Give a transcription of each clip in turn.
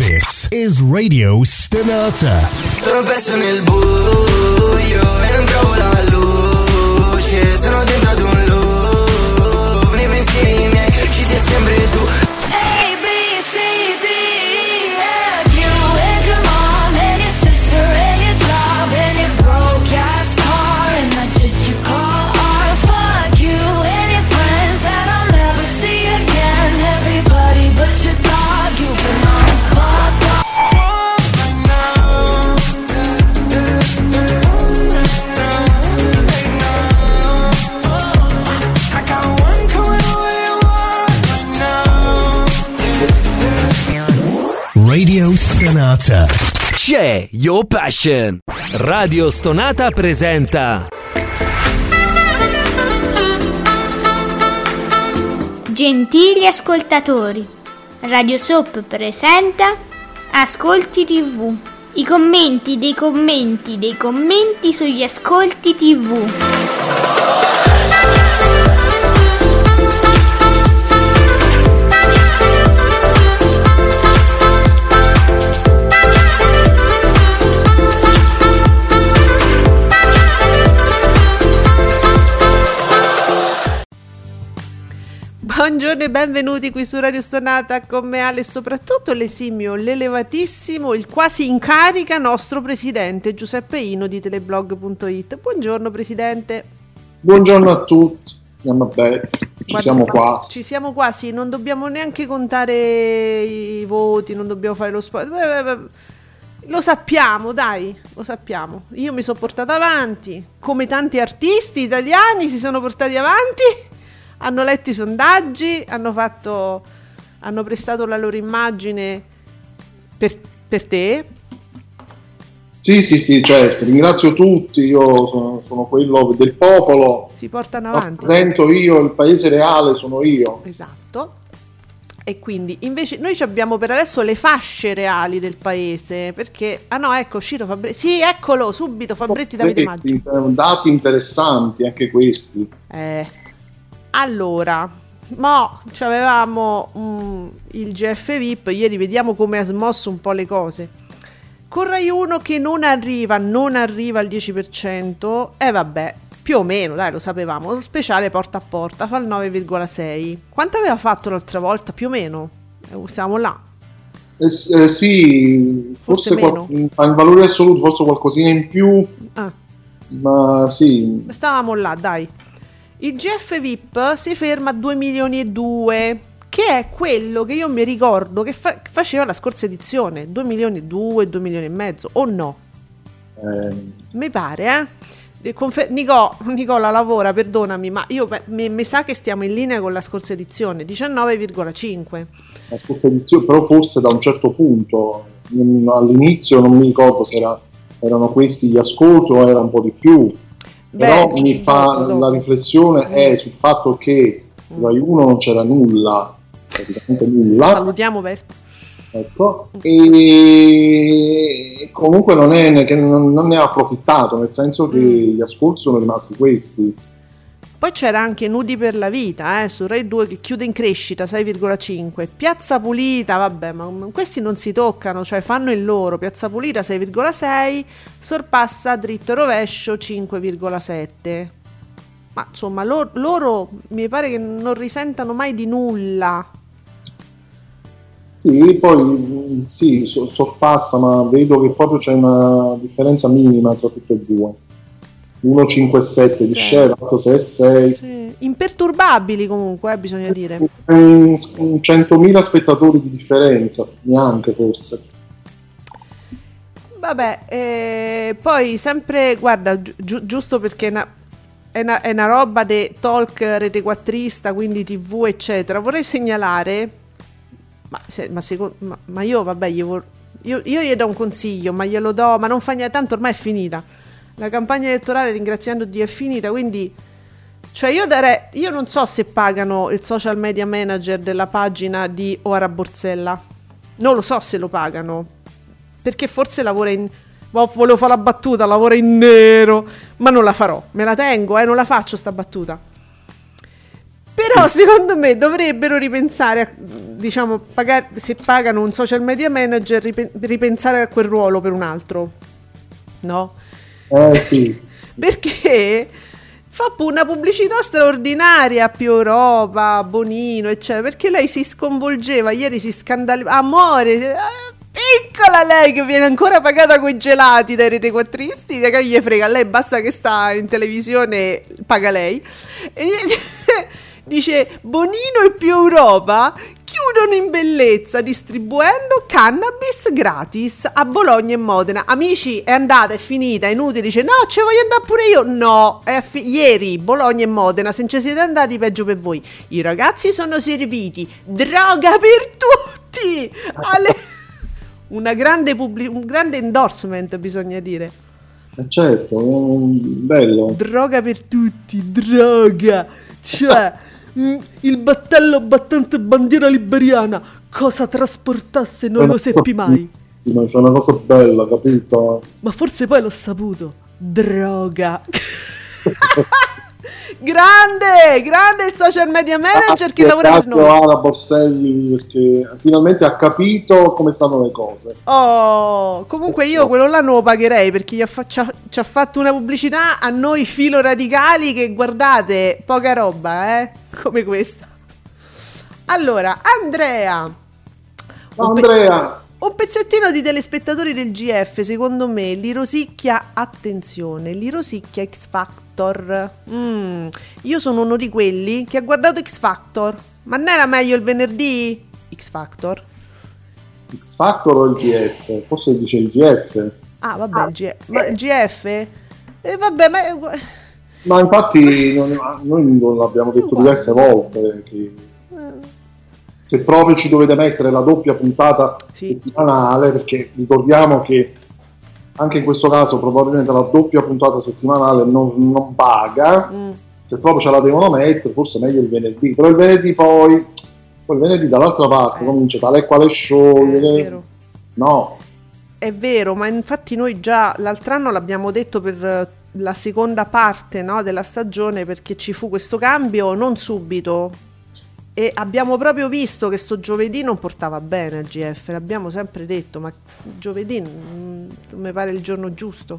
This is Radio Stenata. Sono perso nel buio e non trovo la luce. Sono dentro ad un loop, nei pensieri miei ci sei sempre tu. A, B, C, D, E, F, you and your mom and your sister and your job and your broke ass car and that shit you call art. Fuck you and your friends that I'll never see again. Everybody but your dog, you've been on fuck off. Radio Stenata. C'è Your Passion. Radio Stonata presenta Gentili ascoltatori, Radio Soap presenta Ascolti TV. I commenti dei commenti dei commenti sugli ascolti TV. Buongiorno e benvenuti qui su Radio Stonata con me Ale e soprattutto l'esimio, l'elevatissimo, il quasi in carica nostro presidente Giuseppe Ino di teleblog.it. Buongiorno presidente. Buongiorno a tutti, andiamo bene, siamo quasi. Ci siamo quasi, non dobbiamo neanche contare i voti, non dobbiamo fare lo sport. Lo sappiamo, dai, lo sappiamo. Io mi sono portata avanti, come tanti artisti italiani si sono portati avanti. Hanno letto i sondaggi, hanno prestato la loro immagine per te. Sì, certo, ringrazio tutti, io sono quello del popolo. Si portano avanti. Rappresento io, il paese reale sono io. Esatto. E quindi invece noi abbiamo per adesso le fasce reali del paese, perché ecco uscito Fabretti. Sì, eccolo, subito Fabretti Davide Maggio. Dati interessanti anche questi. Allora, c'avevamo il GF VIP, ieri vediamo come ha smosso un po' le cose. Con Rai 1 che non arriva al 10%, vabbè, più o meno, dai, lo sapevamo, lo speciale porta a porta fa il 9,6. Quanto aveva fatto l'altra volta, più o meno? Siamo là. Sì, forse meno. In valore assoluto forse qualcosina in più, ma sì. Stavamo là, dai. Il GF VIP si ferma a 2 milioni e 2, che è quello che io mi ricordo che faceva la scorsa edizione, 2 milioni e 2, 2 milioni e mezzo, o no? Mi pare, Nicola lavora, perdonami, ma io mi sa che stiamo in linea con la scorsa edizione, 19,5. La scorsa edizione, però forse da un certo punto, all'inizio non mi ricordo se erano questi gli ascolti o era un po' di più. Però mi fa la riflessione è sul fatto che Rai 1 non c'era nulla, praticamente nulla. Salutiamo Vespa. Ecco, e comunque non ne ha approfittato, nel senso che gli ascolti sono rimasti questi. Poi c'era anche Nudi per la vita, su Rai 2 che chiude in crescita 6,5. Piazza Pulita, vabbè, ma questi non si toccano, cioè fanno il loro. Piazza Pulita 6,6, sorpassa Dritto e Rovescio 5,7. Ma insomma loro mi pare che non risentano mai di nulla. Sì, poi sorpassa, ma vedo che proprio c'è una differenza minima tra tutte e due. 1,57 di share, 8,6. Sì. Imperturbabili comunque, bisogna dire. 100.000 spettatori di differenza, neanche forse. Vabbè, poi sempre, guarda, giusto perché è una roba de talk retequattrista, quindi TV eccetera, vorrei segnalare, ma io vabbè, io gli do un consiglio, ma glielo do, ma non fa niente, tanto ormai è finita. La campagna elettorale, ringraziando Dio, è finita, quindi cioè io non so se pagano il social media manager della pagina di Oara Borsella, non lo so se lo pagano, perché forse lavora volevo fare la battuta, lavora in nero, ma non la farò, me la tengo, non la faccio sta battuta. Però secondo me dovrebbero ripensare, diciamo, se pagano un social media manager, ripensare a quel ruolo per un altro, no? Sì. Perché fa una pubblicità straordinaria a Più Europa, Bonino, eccetera, perché lei si sconvolgeva, ieri si scandaliva, amore, piccola lei che viene ancora pagata coi gelati dai retequattristi, che gli frega, a lei basta che sta in televisione, paga lei, e dice Bonino e Più Europa chiudono in bellezza distribuendo cannabis gratis a Bologna e Modena. Amici, è andata, è finita, è inutile. Dice no, ci voglio andare pure io. No, ieri Bologna e Modena, se non ci siete andati peggio per voi. I ragazzi sono serviti, droga per tutti. Un grande endorsement, bisogna dire. Certo, bello. Droga per tutti, droga. Cioè, il battello battente bandiera liberiana, cosa trasportasse non lo seppi mai. Sì, ma c'è una cosa bella, capito? Ma forse poi l'ho saputo. Droga. Grande il social media manager che lavora per noi. La Borselli, perché finalmente ha capito come stanno le cose. Comunque io quello là non lo pagherei, perché ci ha fatto una pubblicità a noi filo radicali che, guardate, poca roba, come questa. Allora, Andrea, un pezzettino di telespettatori del GF, secondo me, li rosicchia, attenzione, li rosicchia X Factor. Io sono uno di quelli che ha guardato X Factor, ma non era meglio il venerdì? X Factor o il GF? Forse dice il GF. Ah, vabbè, il GF. Ma il GF? Vabbè, ma infatti noi non l'abbiamo detto diverse volte che se proprio ci dovete mettere la doppia puntata settimanale, perché ricordiamo che anche in questo caso probabilmente la doppia puntata settimanale non paga, se proprio ce la devono mettere forse è meglio il venerdì, però il venerdì poi il venerdì dall'altra parte comincia tale e quale show, no, è vero, ma infatti noi già l'altro anno l'abbiamo detto per la seconda parte, no, della stagione, perché ci fu questo cambio non subito. E abbiamo proprio visto che sto giovedì non portava bene al GF, l'abbiamo sempre detto, ma giovedì non mi pare il giorno giusto.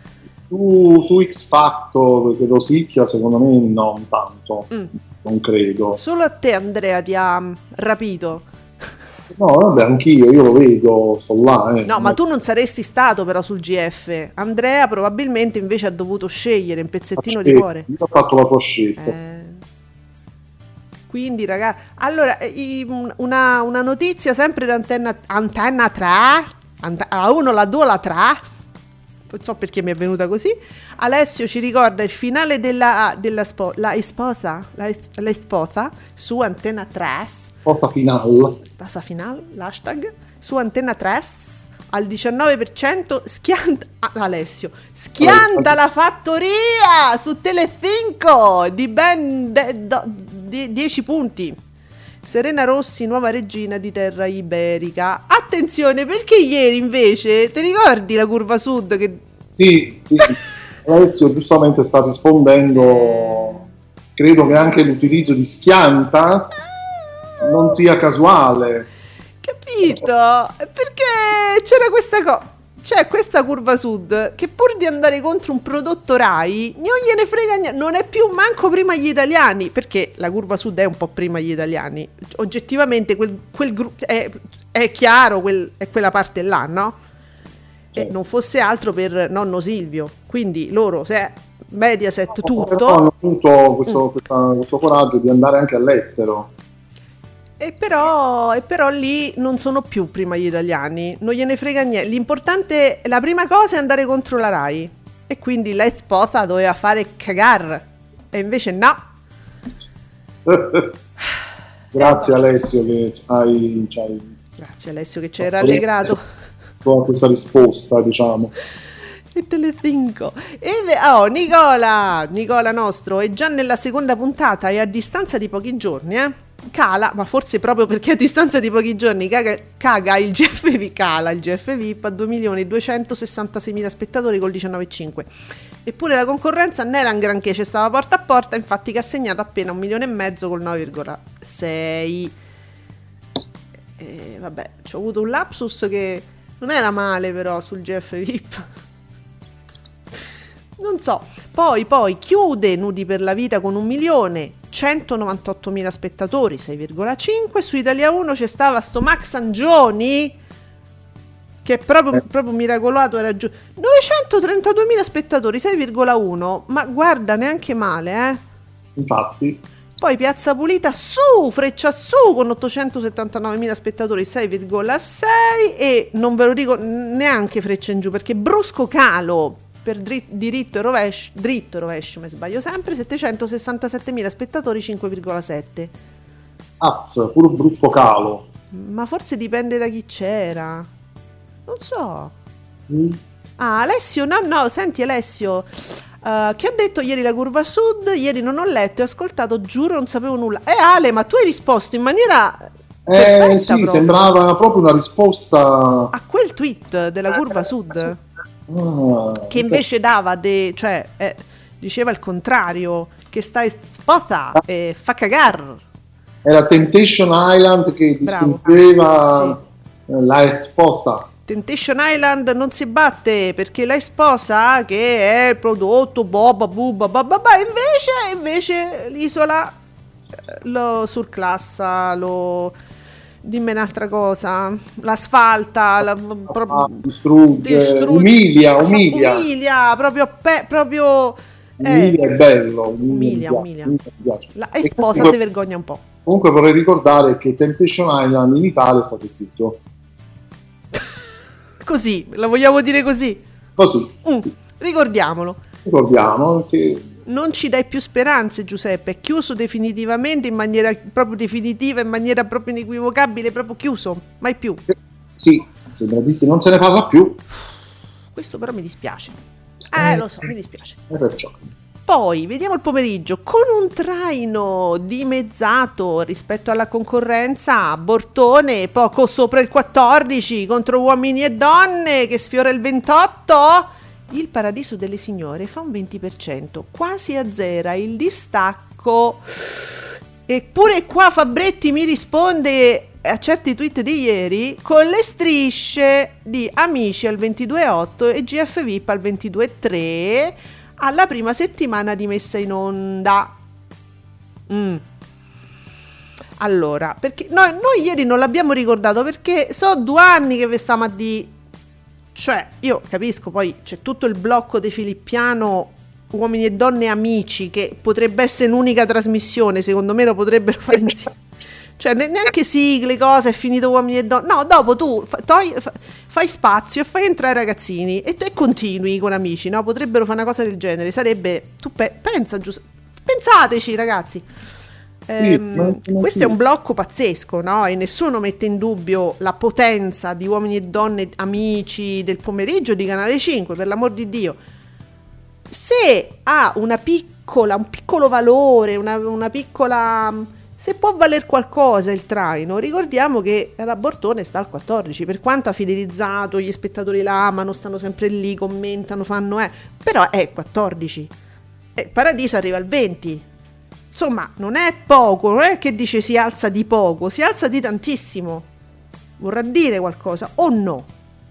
Su X Factor, che rosicchia, secondo me non tanto, non credo. Solo a te, Andrea, ti ha rapito? No, vabbè, anch'io lo vedo, sto là. No, ma tu non saresti stato però sul GF. Andrea probabilmente invece ha dovuto scegliere un pezzettino di cuore. Io ho fatto la sua scelta. Quindi ragazzi, allora una notizia sempre da Antenna 3, la 1, la 2, la 3, non so perché mi è venuta così. Alessio ci ricorda il finale la sposa su Antenna 3. Sposa final, l'hashtag su Antenna 3 al 19%. Alessio schianta la fattoria su Telecinco di ben 10 punti. Serena Rossi, nuova regina di terra iberica. Attenzione, perché ieri invece, ti ricordi la curva sud? Che... Sì. Alessio giustamente sta rispondendo. Credo che anche l'utilizzo di schianta non sia casuale. Capito? Perché c'era questa cosa. C'è questa curva sud che pur di andare contro un prodotto Rai non gliene frega niente, non è più manco prima gli italiani, perché la curva sud è un po' prima gli italiani. Oggettivamente quel gruppo è chiaro, è quella parte là, no? E non fosse altro per nonno Silvio. Quindi loro, se Mediaset tutto, hanno avuto questo coraggio di andare anche all'estero. E però lì non sono più prima gli italiani, non gliene frega niente. L'importante, la prima cosa è andare contro la Rai, e quindi la sposa doveva fare cagar, e invece no. Grazie Alessio che Grazie Alessio che ci hai rallegrato con questa risposta, diciamo. E Telecinco. Nicola nostro è già nella seconda puntata e a distanza di pochi giorni, cala, ma forse proprio perché a distanza di pochi giorni caga il cala il GF VIP a 2.266.000 spettatori col 19,5. Eppure la concorrenza non era un granché, c'è stava porta a porta, infatti che ha segnato appena 1,5 milioni col 9,6. Vabbè, ci ho avuto un lapsus che non era male però sul GF VIP. Non so. Poi chiude Nudi per la vita con 1.198.000 spettatori, 6,5. Su Italia 1 c'è stava sto Max Angioni, che è proprio miracolato, era giù. 932.000 spettatori, 6,1. Ma guarda, neanche male, Infatti. Poi Piazza Pulita freccia su con 879.000 spettatori, 6,6. E non ve lo dico neanche freccia in giù, perché brusco calo per dritto e rovescio, mi sbaglio sempre, 767.000 spettatori, 5,7. Puro brusco calo. Ma forse dipende da chi c'era, non so. Alessio, no, senti Alessio, che ha detto ieri la Curva Sud, ieri non ho letto e ascoltato, giuro non sapevo nulla. Ale, ma tu hai risposto in maniera perfetta, sì, proprio. sembrava proprio una risposta a quel tweet della Curva Sud, che invece diceva il contrario, che stai sposa e fa cagar. Era Temptation Island che distruggeva la sposa. Temptation Island non si batte perché la sposa che è prodotto invece l'isola lo surclassa, dimmi un'altra cosa, l'asfalta, distrugge, umilia proprio umilia è bello, umilia. La sposa si vergogna un po'. Comunque vorrei ricordare che Temptation Island in Italia è stato chiuso. Così, la vogliamo dire così? Così. Sì. Ricordiamo che non ci dai più speranze, Giuseppe, è chiuso definitivamente, in maniera proprio definitiva, in maniera proprio inequivocabile, proprio chiuso, mai più. Sì, sembra di sì, non se ne parla più. Questo però mi dispiace. Lo so, mi dispiace. Perciò. Poi, vediamo il pomeriggio, con un traino dimezzato rispetto alla concorrenza, Bortone poco sopra il 14 contro Uomini e Donne che sfiora il 28, il Paradiso delle Signore fa un 20%, quasi azzera il distacco. Eppure qua Fabretti mi risponde a certi tweet di ieri con le strisce di Amici al 22,8 e GF VIP al 22,3 alla prima settimana di messa in onda. Allora, perché noi ieri non l'abbiamo ricordato perché so 2 anni che vi stiamo a di, cioè io capisco, poi c'è tutto il blocco di Filippiano Uomini e Donne Amici che potrebbe essere un'unica trasmissione, secondo me lo potrebbero fare insieme. Cioè neanche sigle, cose, è finito Uomini e Donne. No, dopo tu fai spazio e fai entrare i ragazzini e continui con Amici, no? Potrebbero fare una cosa del genere. Sarebbe, tu pensa, pensateci ragazzi. Questo è un blocco pazzesco, no? E nessuno mette in dubbio la potenza di Uomini e Donne Amici del pomeriggio di Canale 5, per l'amor di Dio. Se ha un piccolo valore, una piccola... Se può valer qualcosa il traino, ricordiamo che la Bortone sta al 14, per quanto ha fidelizzato, gli spettatori la amano, stanno sempre lì, commentano, fanno però è 14. Paradiso arriva al 20. Insomma, non è poco, non è che dice si alza di poco, si alza di tantissimo. Vorrà dire qualcosa o no?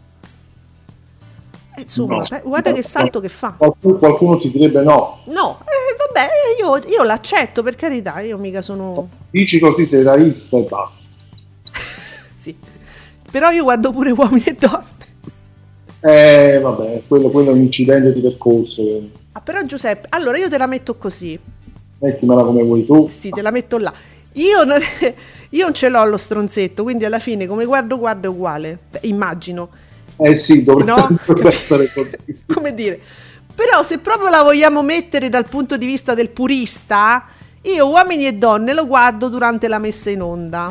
Insomma, no, guarda che salto che fa. Qualcuno ti direbbe no. No, vabbè, io l'accetto, per carità, io mica sono... Dici così, sei raista e basta. Sì, però io guardo pure Uomini e Donne. Vabbè, quello è un incidente di percorso. Però Giuseppe, allora io te la metto così. Mettimela come vuoi tu. Sì, te la metto là. Io non ce l'ho lo stronzetto, quindi alla fine come guardo è uguale, immagino. Sì, dovrebbe essere così. Come dire, però se proprio la vogliamo mettere dal punto di vista del purista, io Uomini e Donne lo guardo durante la messa in onda.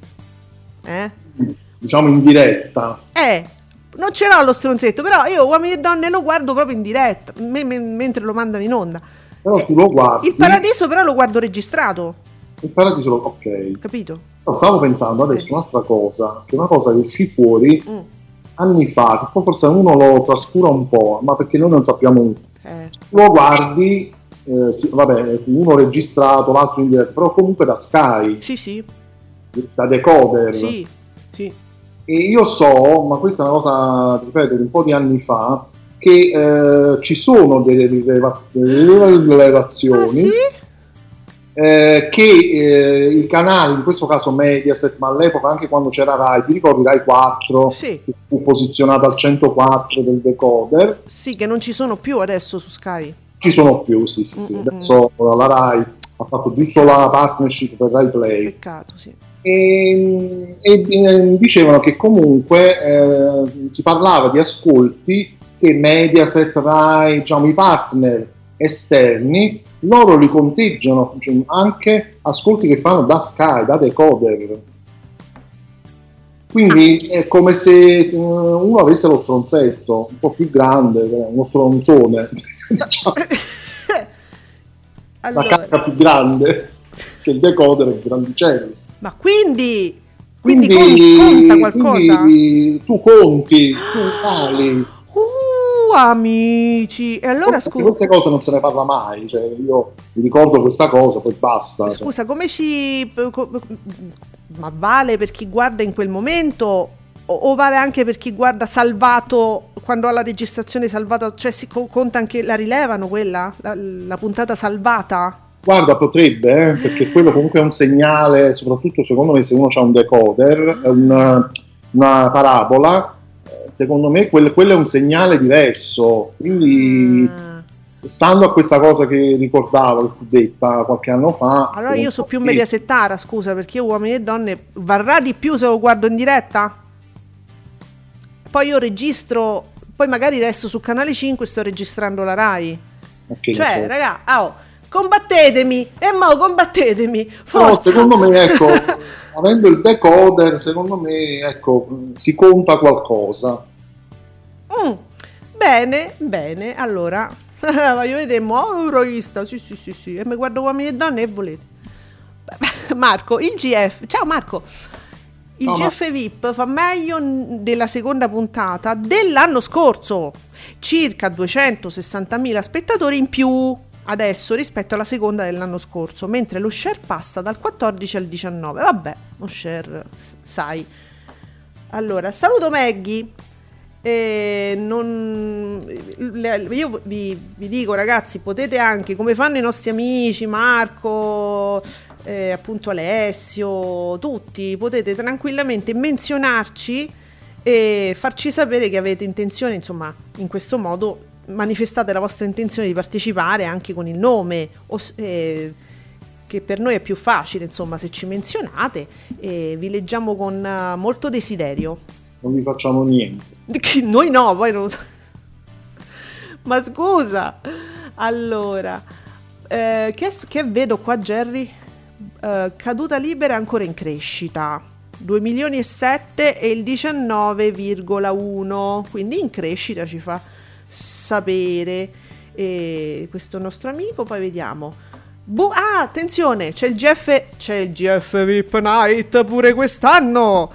Diciamo in diretta. Non ce l'ho lo stronzetto, però io Uomini e Donne lo guardo proprio in diretta, mentre lo mandano in onda. Però tu lo guardi. Il Paradiso però lo guardo registrato. Il paradiso, ok. Capito? No, stavo pensando adesso un'altra cosa, che è una cosa che uscì fuori anni fa, che poi forse uno lo trascura un po', ma perché noi non sappiamo. Lo guardi, vabbè, uno registrato, l'altro in diretta, però comunque da Sky. Sì. Da decoder. Sì. E io so, ma questa è una cosa, ripeto, di un po' di anni fa, che ci sono delle rilevazioni. Ah, sì? Che i canali, in questo caso Mediaset, ma all'epoca anche quando c'era Rai, ti ricordi Rai 4, sì, che fu posizionata al 104 del decoder? Sì, che non ci sono più adesso su Sky. Ci sono più, sì. Adesso la Rai ha fatto giusto la partnership per Rai Play. Peccato, sì. E dicevano che comunque si parlava di ascolti che Mediaset, Rai, diciamo i partner esterni, loro li conteggiano, cioè, anche ascolti che fanno da Sky, da decoder. Quindi è come se uno avesse lo stronzetto un po' più grande, uno stronzone, allora, la cacca più grande, che il decoder è grandicello. Ma quindi conta qualcosa? Quindi tu conti, tu vali. Amici, e allora scusa, queste cose non se ne parla mai, cioè io mi ricordo questa cosa, poi basta. Scusa, come ma vale per chi guarda in quel momento o vale anche per chi guarda salvato, quando ha la registrazione salvata, cioè si conta anche, la rilevano quella, la puntata salvata? Guarda, potrebbe, perché quello comunque è un segnale, soprattutto secondo me se uno ha un decoder, una parabola, secondo me quello è un segnale diverso, quindi stando a questa cosa che ricordavo, che fu detta qualche anno fa. Allora io so più mediasettara, scusa, perché io Uomini e Donne varrà di più se lo guardo in diretta? Poi io registro, poi magari resto su Canale 5 e sto registrando la Rai. Okay, cioè, raga, combattetemi, combattetemi, forza. No, secondo me, ecco, avendo il decoder, secondo me, ecco, si conta qualcosa. Bene, allora voglio vedere, Euroista, sì, e mi guardo Uomini e Donne e volete. Marco, il GF, ciao Marco, il GF VIP fa meglio della seconda puntata dell'anno scorso, circa 260.000 spettatori in più adesso rispetto alla seconda dell'anno scorso, mentre lo share passa dal 14 al 19. Vabbè, lo share, sai. Allora, saluto Maggie. Io vi dico, ragazzi, potete anche, come fanno i nostri amici Marco, appunto Alessio, tutti, potete tranquillamente menzionarci e farci sapere che avete intenzione, insomma, in questo modo manifestate la vostra intenzione di partecipare anche con il nome, che per noi è più facile, insomma, se ci menzionate, vi leggiamo con molto desiderio. Non vi facciamo niente. Noi no, poi non lo so. Ma scusa. Allora, che vedo qua, Jerry? Caduta libera ancora in crescita. 2.700.000 e il 19,1, quindi in crescita, ci fa sapere questo nostro amico. Poi vediamo. Attenzione, c'è il GF VIP Night pure quest'anno.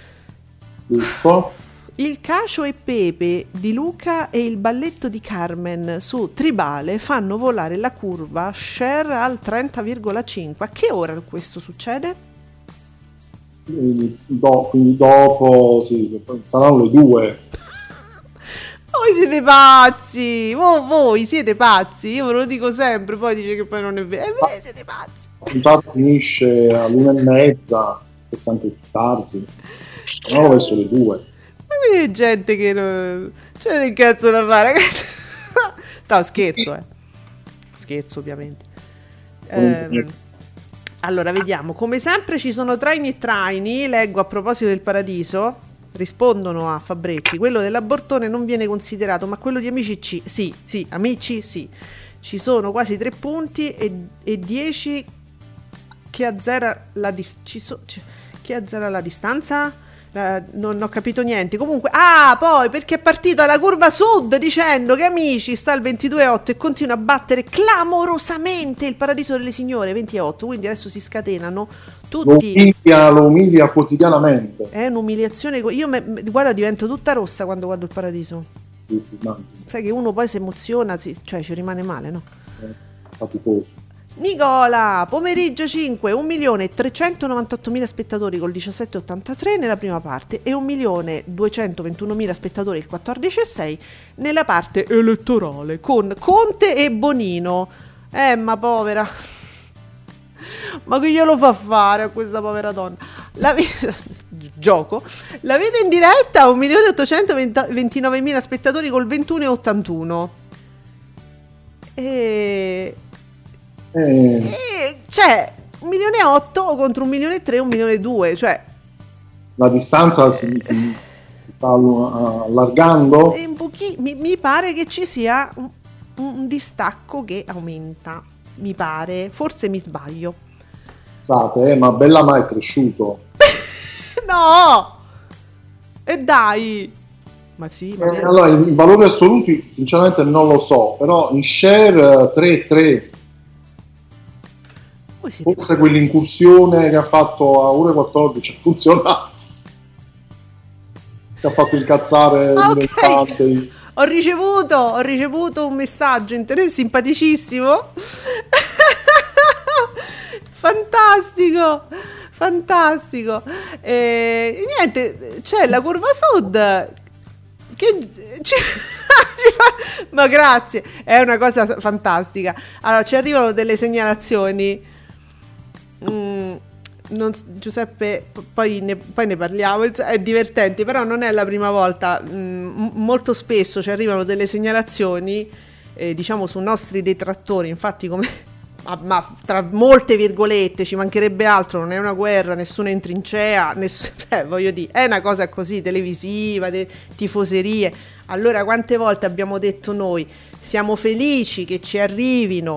Il Cacio e Pepe di Luca e il balletto di Carmen su Tribale fanno volare la curva share al 30,5. A che ora questo succede? Quindi dopo, sì, saranno le 2. Voi siete pazzi, voi siete pazzi, io ve lo dico sempre, poi dice che poi non è vero, siete pazzi. La puntata finisce all'1:30, forse anche più tardi, no, verso le 2. Ma qui c'è gente che non c'è del cazzo da fare, ragazzi. No, scherzo ovviamente. Allora vediamo, come sempre ci sono traini e traini, leggo a proposito del Paradiso. Rispondono a Fabretti, quello dell'abortone non viene considerato, ma quello di Amici sì, Amici sì. Ci sono quasi 3 punti e 10 che azzera la distanza. Non ho capito niente. Comunque, poi perché è partita la curva sud dicendo che Amici sta al 22,8 e continua a battere clamorosamente il Paradiso delle Signore 28. Quindi adesso si scatenano tutti. Lo umilia quotidianamente. È un'umiliazione. Io guarda, divento tutta rossa quando guardo il Paradiso. Sì, sai che uno poi si emoziona, cioè ci rimane male, no? Faticoso. Nicola, pomeriggio 5, 1.398.000 spettatori col 17,83 nella prima parte e 1.221.000 spettatori il 14,6 nella parte elettorale con Conte e Bonino. Ma povera, ma che glielo fa fare a questa povera donna? Gioco. La vedo in diretta a 1.829.000 spettatori col 21,81 cioè 1,8 milioni contro 1,3 milioni, 1,2 milioni, cioè la distanza si sta allargando un mi pare che ci sia un distacco che aumenta, mi pare, forse mi sbaglio. Scusate, ma Bella Ma è cresciuto. No, e dai, ma sì, allora i valori assoluti sinceramente non lo so, però in share 3,3. Forse quell'incursione che ha fatto a ore 14 ha funzionato, che ha fatto incazzare okay. Ho ricevuto un messaggio simpaticissimo. fantastico. Niente, c'è la curva sud che ma grazie, è una cosa fantastica. Allora ci arrivano delle segnalazioni. Giuseppe, poi ne parliamo, è divertente, però non è la prima volta. Molto spesso ci arrivano delle segnalazioni diciamo su nostri detrattori, infatti come ma tra molte virgolette, ci mancherebbe altro, non è una guerra, nessuno è in trincea, voglio dire, è una cosa così televisiva, tifoserie. Allora quante volte abbiamo detto noi siamo felici che ci arrivino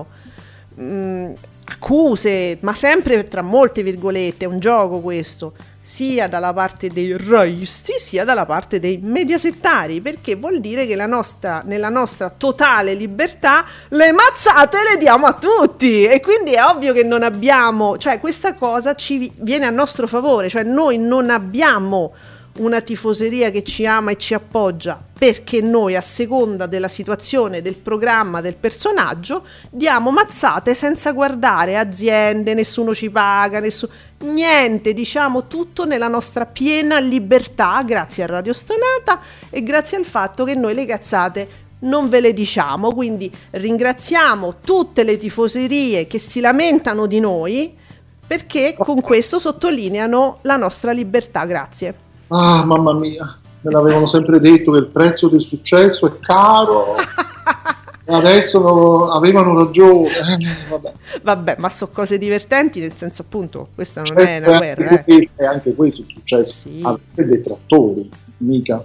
accuse, ma sempre tra molte virgolette, è un gioco questo, sia dalla parte dei raisti sia dalla parte dei mediasettari, perché vuol dire che nella nostra totale libertà le mazzate le diamo a tutti, e quindi è ovvio che non abbiamo, cioè questa cosa ci viene a nostro favore, cioè noi non abbiamo una tifoseria che ci ama e ci appoggia, perché noi a seconda della situazione, del programma, del personaggio diamo mazzate senza guardare aziende, nessuno ci paga, niente, diciamo tutto nella nostra piena libertà, grazie a Radio Stonata e grazie al fatto che noi le cazzate non ve le diciamo. Quindi ringraziamo tutte le tifoserie che si lamentano di noi, perché con questo sottolineano la nostra libertà. Grazie. Ah, mamma mia, me l'avevano sempre detto che il prezzo del successo è caro. Adesso avevano ragione. Vabbè, ma sono cose divertenti, nel senso, appunto, questa non è una guerra. È anche questo il successo. Sì. Avete detrattori, mica.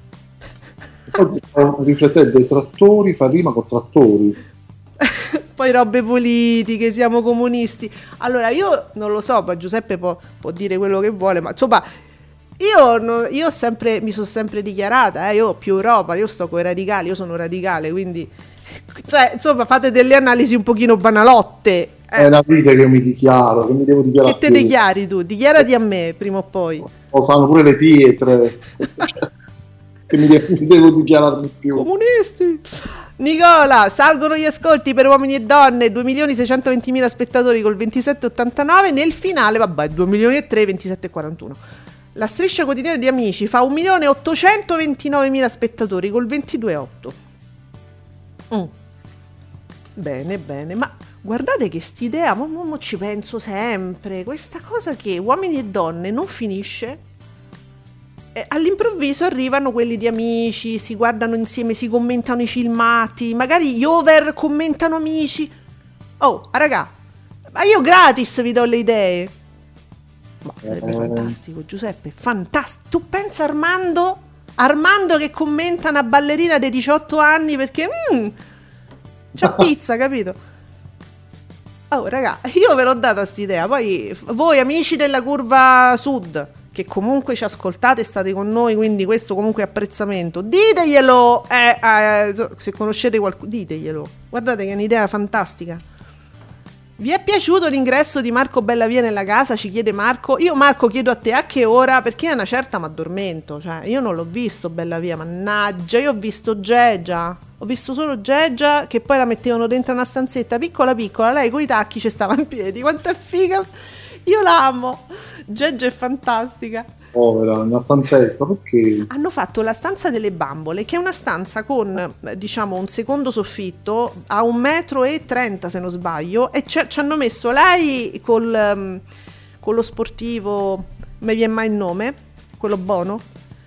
Riflettete, detrattori fa rima con trattori. Poi robe politiche, siamo comunisti. Allora, io non lo so, poi Giuseppe può dire quello che vuole, ma insomma, io mi sono sempre dichiarata, io più Europa, io sto con i radicali, io sono radicale, quindi cioè, insomma, fate delle analisi un pochino banalotte. È una vita che io mi dichiaro, che mi devo dichiarare. Che te dichiari tu? Dichiarati a me prima o poi. Lo sanno pure le pietre. Che mi devo dichiararmi più. Comunisti. Nicola, salgono gli ascolti per Uomini e Donne, 2.620.000 spettatori col 27,89, nel finale, vabbè, 2.300.000, 27,41. La striscia quotidiana di Amici fa 1.829.000 spettatori col 22,8. Bene, ma guardate che st'idea, mo ci penso sempre, questa cosa che Uomini e Donne non finisce, all'improvviso arrivano quelli di Amici, si guardano insieme, si commentano i filmati, magari gli over commentano Amici. Oh, raga, ma io gratis vi do le idee. Ma sarebbe fantastico, Giuseppe, fantastico. Tu pensa Armando che commenta una ballerina dei 18 anni perché c'è pizza, capito? Oh raga, io ve l'ho data st'idea. Poi voi amici della curva sud che comunque ci ascoltate, state con noi, quindi questo comunque è apprezzamento. Diteglielo, se conoscete qualcuno, diteglielo. Guardate che è un'idea fantastica. Vi è piaciuto l'ingresso di Marco Bellavia nella casa? Ci chiede Marco. Io, Marco, chiedo a te a che ora, perché a una certa mi addormento, cioè io non l'ho visto Bellavia, mannaggia, io ho visto Geggia, ho visto solo Geggia, che poi la mettevano dentro una stanzetta piccola piccola, lei coi tacchi ci stava in piedi, quanto è figa, io l'amo, Geggia è fantastica. Povera, una stanzetta, perché? Hanno fatto la stanza delle bambole, che è una stanza con, diciamo, un secondo soffitto a 1,30 m se non sbaglio, e ci hanno messo lei con lo sportivo, mi viene mai il nome, quello buono?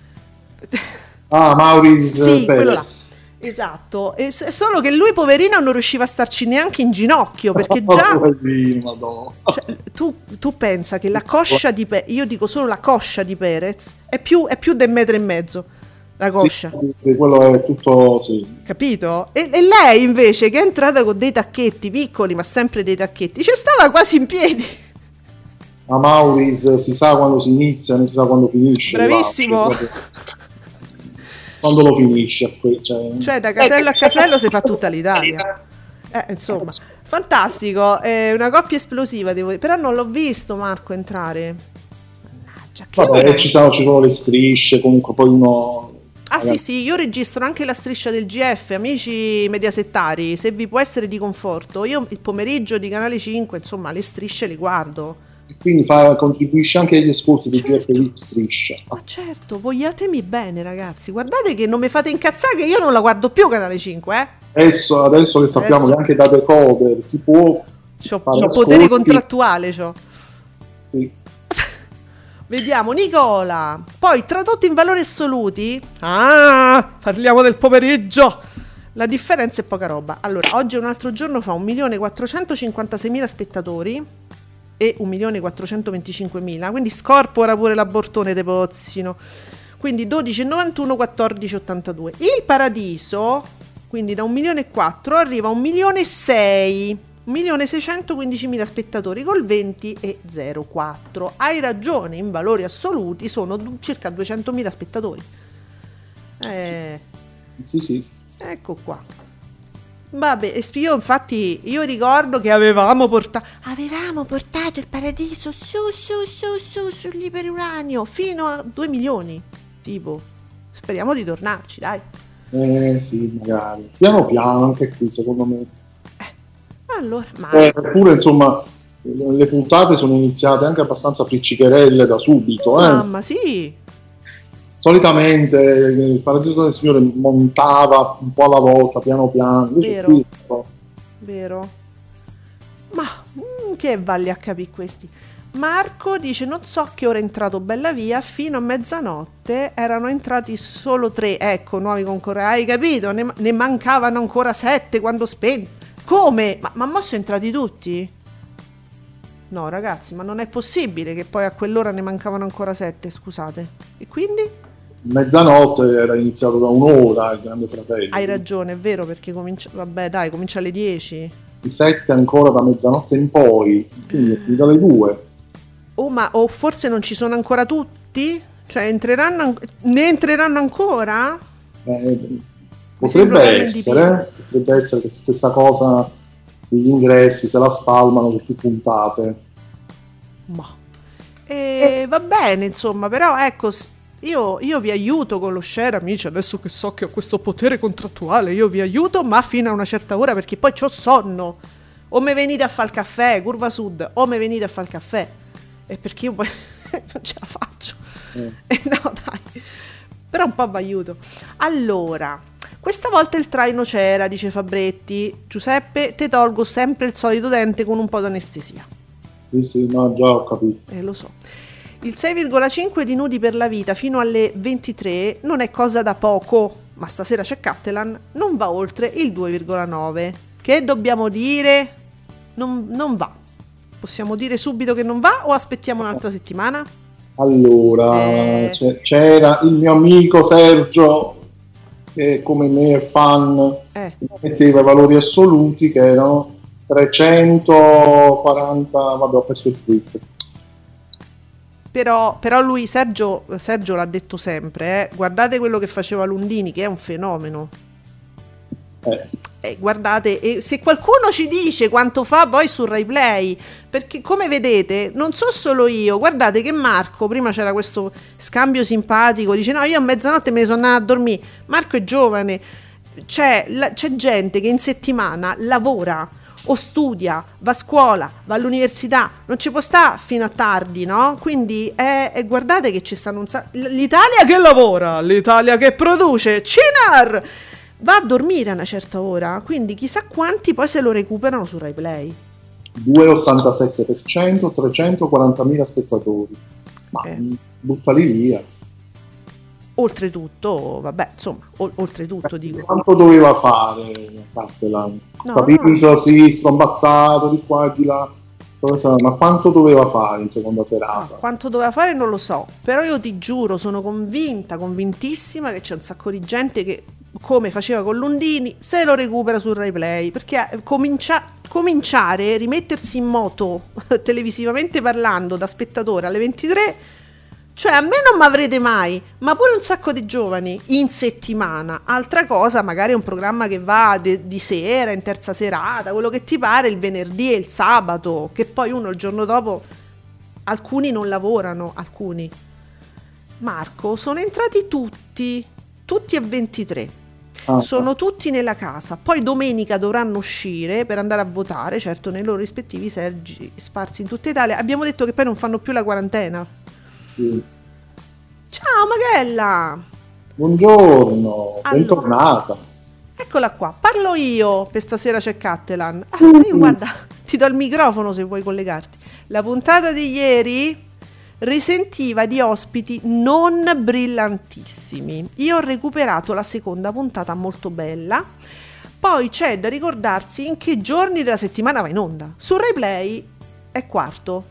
Ah, Maurice sì, quello là. Perez. Esatto, e solo che lui poverino non riusciva a starci neanche in ginocchio, perché già cioè, tu pensa che la coscia di Perez, io dico solo la coscia di Perez è più di 1,5 m, la coscia, sì, quello è tutto, sì. Capito? E lei invece, che è entrata con dei tacchetti piccoli, ma sempre dei tacchetti, ci stava quasi in piedi. A Maurice si sa quando si inizia, non si sa quando finisce. Bravissimo. Quando lo finisce, cioè da casello a casello si fa tutta l'Italia. Insomma, fantastico, è una coppia esplosiva, però non l'ho visto Marco entrare. Mannaggia, che vabbè, ci sono le strisce, comunque poi uno... Sì, io registro anche la striscia del GF, amici mediasettari, se vi può essere di conforto. Io il pomeriggio di Canale 5, insomma, le strisce le guardo. E quindi contribuisce anche agli ascolti di GF Lip Striscia. Ma certo, vogliatemi bene, ragazzi. Guardate che non mi fate incazzare, che io non la guardo più Canale 5, Adesso che sappiamo che anche da decoder si può fare un potere contrattuale, Sì. Vediamo, Nicola. Poi, tradotto in valori assoluti, parliamo del pomeriggio. La differenza è poca roba. Allora, oggi è un altro giorno, fa 1.456.000 spettatori e 1.425.000, quindi scorpora pure l'abortone de Pozzino, quindi 12,91, 14,82. Il Paradiso, quindi da 1.400.000 arriva a 1.600.000, 1.615.000 spettatori col 20,04. Hai ragione, in valori assoluti sono circa 200.000 spettatori. Sì. Ecco qua. Vabbè, io ricordo che avevamo portato il Paradiso su sull'iperuranio fino a 2 milioni, tipo. Speriamo di tornarci, dai. Sì, magari. Piano piano, anche qui, secondo me. Allora, eppure, insomma, le puntate sono iniziate anche abbastanza friccicherelle da subito. Mamma, sì. Solitamente il Paradiso del Signore montava un po' alla volta, piano piano. Vero. Ma che valli a capire questi. Marco dice: non so che ora è entrato Bellavia, fino a mezzanotte erano entrati solo 3, ecco, nuovi concorrenti. Hai capito? Ne mancavano ancora 7 quando spento. Come? Ma mo sono entrati tutti? No ragazzi, ma non è possibile che poi a quell'ora ne mancavano ancora 7, scusate. E quindi? Mezzanotte era iniziato da un'ora il Grande Fratello. Hai ragione, è vero, perché comincia alle 10. I 7 ancora da mezzanotte in poi, quindi più dalle 2. O forse non ci sono ancora tutti? Cioè ne entreranno ancora? Potrebbe essere che questa cosa degli ingressi se la spalmano su più puntate. Ma va bene, insomma, però ecco, io vi aiuto con lo share, amici, adesso che so che ho questo potere contrattuale, io vi aiuto, ma fino a una certa ora, perché poi c'ho sonno. O me venite a fare il caffè, Curva Sud, o me venite a fare il caffè. E perché io poi non ce la faccio. No, dai. Però un po' vi aiuto. Allora, questa volta il traino c'era, dice Fabretti. Giuseppe, te tolgo sempre il solito dente con un po' d'anestesia. Sì, no, già ho capito. Lo so. Il 6,5 di Nudi per la vita fino alle 23 non è cosa da poco, ma stasera c'è Cattelan, non va oltre il 2,9. Che dobbiamo dire? Non va. Possiamo dire subito che non va o aspettiamo un'altra settimana? Allora, c'era il mio amico Sergio, che come me è fan, metteva i valori assoluti che erano 340, vabbè, ho perso il tweet. Però lui, Sergio l'ha detto sempre, guardate quello che faceva Lundini, che è un fenomeno. Guardate, e se qualcuno ci dice quanto fa poi su Rai Play, perché come vedete non so solo io, guardate che Marco, prima c'era questo scambio simpatico, dice no, io a mezzanotte me ne sono andata a dormire. Marco è giovane, c'è gente che in settimana lavora o studia, va a scuola, va all'università, non ci può stare fino a tardi, no? Quindi guardate che ci stanno l'Italia che lavora, l'Italia che produce, Cinar va a dormire a una certa ora, quindi chissà quanti poi se lo recuperano su Rai Play. 2,87%, 340.000 spettatori, ma buttali via. Oltretutto, vabbè, insomma, oltretutto dico. Quanto doveva fare Cattelan? Capito, sì, strombazzato di qua e di là, ma quanto doveva fare in seconda serata? Quanto doveva fare non lo so, però io ti giuro, sono convintissima che c'è un sacco di gente che, come faceva con Lundini, se lo recupera su Rai Play, perché cominciare, rimettersi in moto televisivamente parlando da spettatore alle 23, cioè a me non m'avrete mai, ma pure un sacco di giovani in settimana. Altra cosa, magari è un programma che va di sera, in terza serata, quello che ti pare, il venerdì e il sabato, che poi uno il giorno dopo, alcuni non lavorano, alcuni. Marco, sono entrati tutti a 23. Sono tutti nella casa, poi domenica dovranno uscire per andare a votare, certo nei loro rispettivi seggi sparsi in tutta Italia. Abbiamo detto che poi non fanno più la quarantena. Sì. Ciao Magella, buongiorno, bentornata. Eccola qua, parlo io, per stasera c'è Cattelan. Io guarda, ti do il microfono se vuoi collegarti. La puntata di ieri risentiva di ospiti non brillantissimi. Io ho recuperato la seconda puntata molto bella. Poi c'è da ricordarsi in che giorni della settimana va in onda. Su Rai Play è quarto.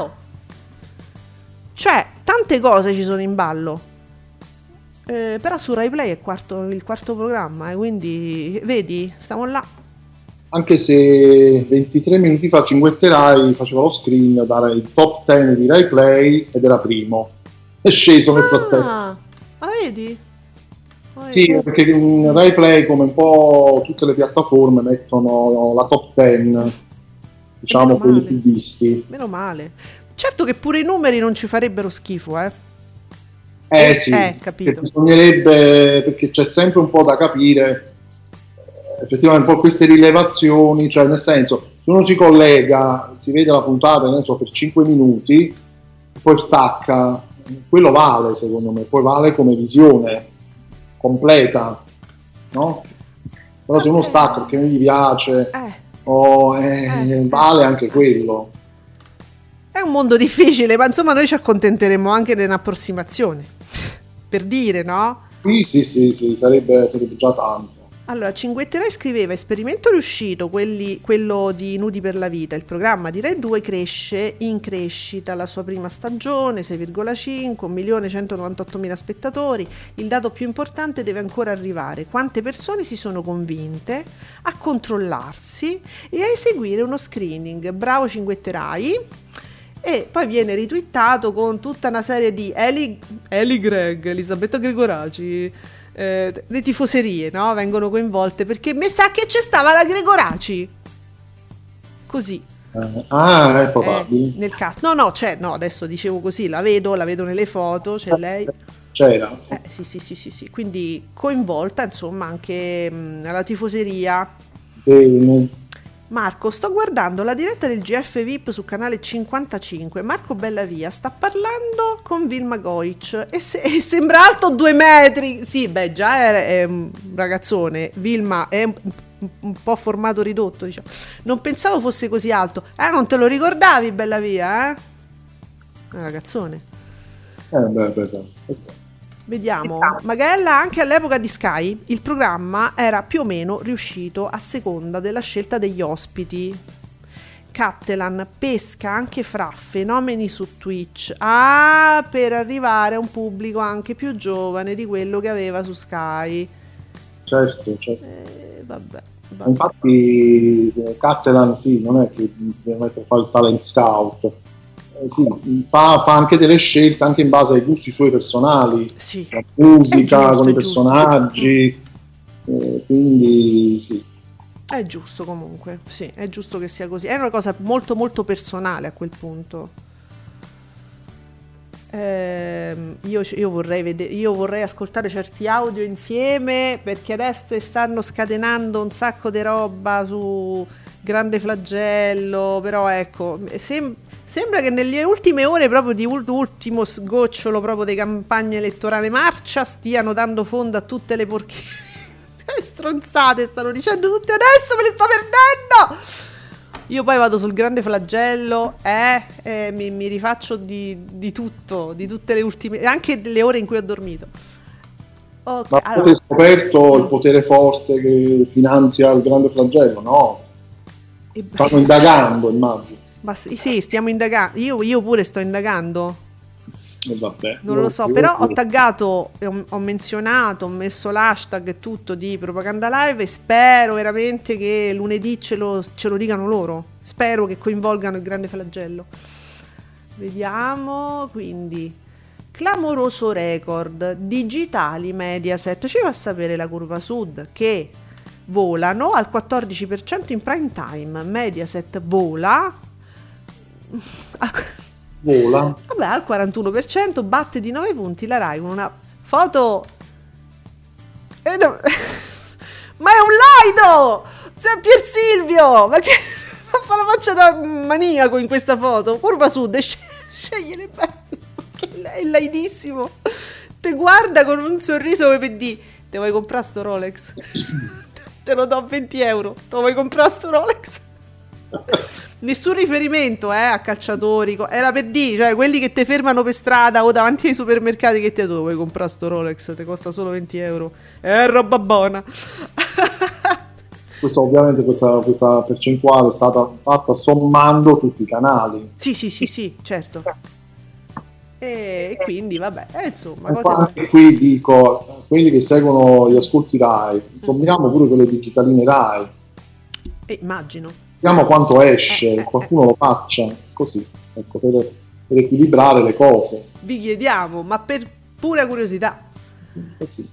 Cioè, tante cose ci sono in ballo. Però su Rai Play è il quarto programma, quindi vedi, stiamo là. Anche se 23 minuti fa Cinguetterai faceva lo screen dare il top 10 di Rai Play ed era primo. È sceso nel frattempo. Ma vedi? Sì, perché in Rai Play, come un po' tutte le piattaforme, mettono la top 10, diciamo quelli più visti. Meno male. Certo che pure i numeri non ci farebbero schifo, Sì, capito. Bisognerebbe, perché c'è sempre un po' da capire effettivamente un po' queste rilevazioni, cioè nel senso, se uno si collega, si vede la puntata, ne so, per 5 minuti, poi stacca, quello vale secondo me, poi vale come visione completa, no? Però se uno stacca perché non gli piace, vale anche quello. È un mondo difficile, ma insomma noi ci accontenteremo anche dell'approssimazione, per dire, no? Sì, sarebbe già tanto. Allora, Cinguetterai scriveva: esperimento riuscito, quello di Nudi per la vita. Il programma di Rai 2 cresce in crescita, la sua prima stagione 6,5, 1.198.000 spettatori. Il dato più importante deve ancora arrivare: quante persone si sono convinte a controllarsi e a eseguire uno screening. Bravo Cinguetterai. E poi viene ritwittato con tutta una serie di Eli Greg, Elisabetta Gregoraci, le tifoserie, no? Vengono coinvolte, perché mi sa che c'è stava la Gregoraci. Così. È probabile. Nel cast. No, adesso dicevo così, la vedo nelle foto, c'è lei. C'era. Sì. Quindi coinvolta, insomma, anche alla tifoseria. Bene. Marco, sto guardando la diretta del GF VIP su canale 55. Marco Bellavia sta parlando con Vilma Goic e sembra alto 2 metri. Sì, beh, già è un ragazzone. Vilma è un po' formato ridotto, diciamo. Non pensavo fosse così alto. Non te lo ricordavi, Bellavia, È un ragazzone. Vediamo. Magella, anche all'epoca di Sky il programma era più o meno riuscito a seconda della scelta degli ospiti. Cattelan pesca anche fra fenomeni su Twitch per arrivare a un pubblico anche più giovane di quello che aveva su Sky. Certo. Vabbè. Infatti Cattelan sì, non è che si deve mettere a fare il talent scout, sì, fa anche delle scelte anche in base ai gusti suoi personali, Sì. la musica, È giusto, con i è giusto. personaggi, quindi sì. È giusto comunque, sì, è giusto che sia così. È una cosa molto molto personale a quel punto. Io vorrei ascoltare certi audio insieme, perché adesso stanno scatenando un sacco di roba su Grande Flagello, però ecco, sembra che nelle ultime ore proprio di ultimo sgocciolo proprio di campagna elettorale marcia stiano dando fondo a tutte le porcherie. Stronzate stanno dicendo tutte, adesso me le sto perdendo. Io poi vado sul Grande Flagello mi rifaccio di tutto, di tutte le ultime, anche delle ore in cui ho dormito. Okay, Ma allora. si è scoperto il potere forte che finanzia il Grande Flagello? No, stanno indagando, immagino. Ma sì, stiamo indagando, io pure sto indagando. Vabbè, Non lo so, però ho taggato, ho menzionato, ho messo l'hashtag e tutto di Propaganda Live e spero veramente che lunedì ce lo dicano loro. Spero che coinvolgano il Grande Flagello. Vediamo, quindi clamoroso record digitali Mediaset, ci fa sapere la Curva Sud che volano al 14% in prime time. Mediaset vola vabbè, al 41%, batte di 9 punti la Rai con una foto ma è un laido! C'è Pier Silvio! Ma che fa la faccia da maniaco in questa foto? Curva Sud, sceglie le belle, che è laidissimo, te guarda con un sorriso per dire: te vuoi comprare sto Rolex? Te lo do 20 euro, te vuoi comprare sto Rolex? Nessun riferimento a calciatori, era per dire, cioè quelli che ti fermano per strada o davanti ai supermercati che ti vuoi comprare sto Rolex, ti costa solo 20 euro, è roba buona. Ovviamente questa percentuale è stata fatta sommando tutti i canali. Sì, certo. E quindi vabbè, insomma, anche qui dico, quelli che seguono gli ascolti Rai, sommiamo pure quelle digitaline Rai. Immagino. Vediamo quanto esce, qualcuno lo faccia, così, ecco, per equilibrare le cose. Vi chiediamo, ma per pura curiosità. Sì.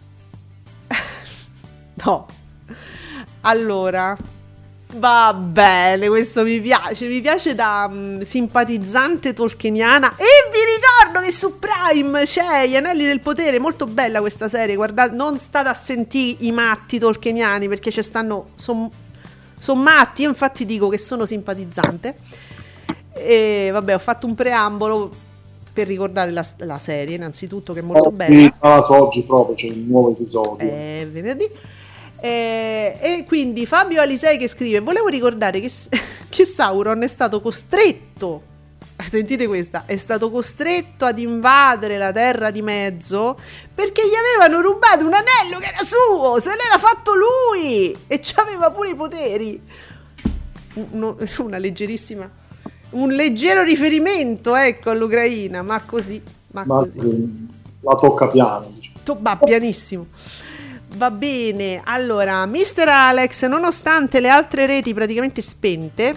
No. Allora, va bene, questo mi piace da simpatizzante tolkieniana. E vi ricordo che su Prime c'è Gli Anelli del Potere, molto bella questa serie, guardate, non state a sentire i matti tolkieniani, perché ci stanno... Sono matti, io infatti dico che sono simpatizzante. E vabbè, ho fatto un preambolo per ricordare la serie, innanzitutto, che è molto bella. Oggi proprio c'è un nuovo episodio. Venerdì. E quindi Fabio Alisei che scrive: volevo ricordare che Sauron è stato costretto, sentite questa, è stato costretto ad invadere la Terra di Mezzo perché gli avevano rubato un anello che era suo, se l'era fatto lui e c'aveva pure i poteri. Una leggerissima, un leggero riferimento, ecco, all'Ucraina, ma così. La tocca piano, diciamo. Va pianissimo. Va bene, allora Mr. Alex, nonostante le altre reti praticamente spente,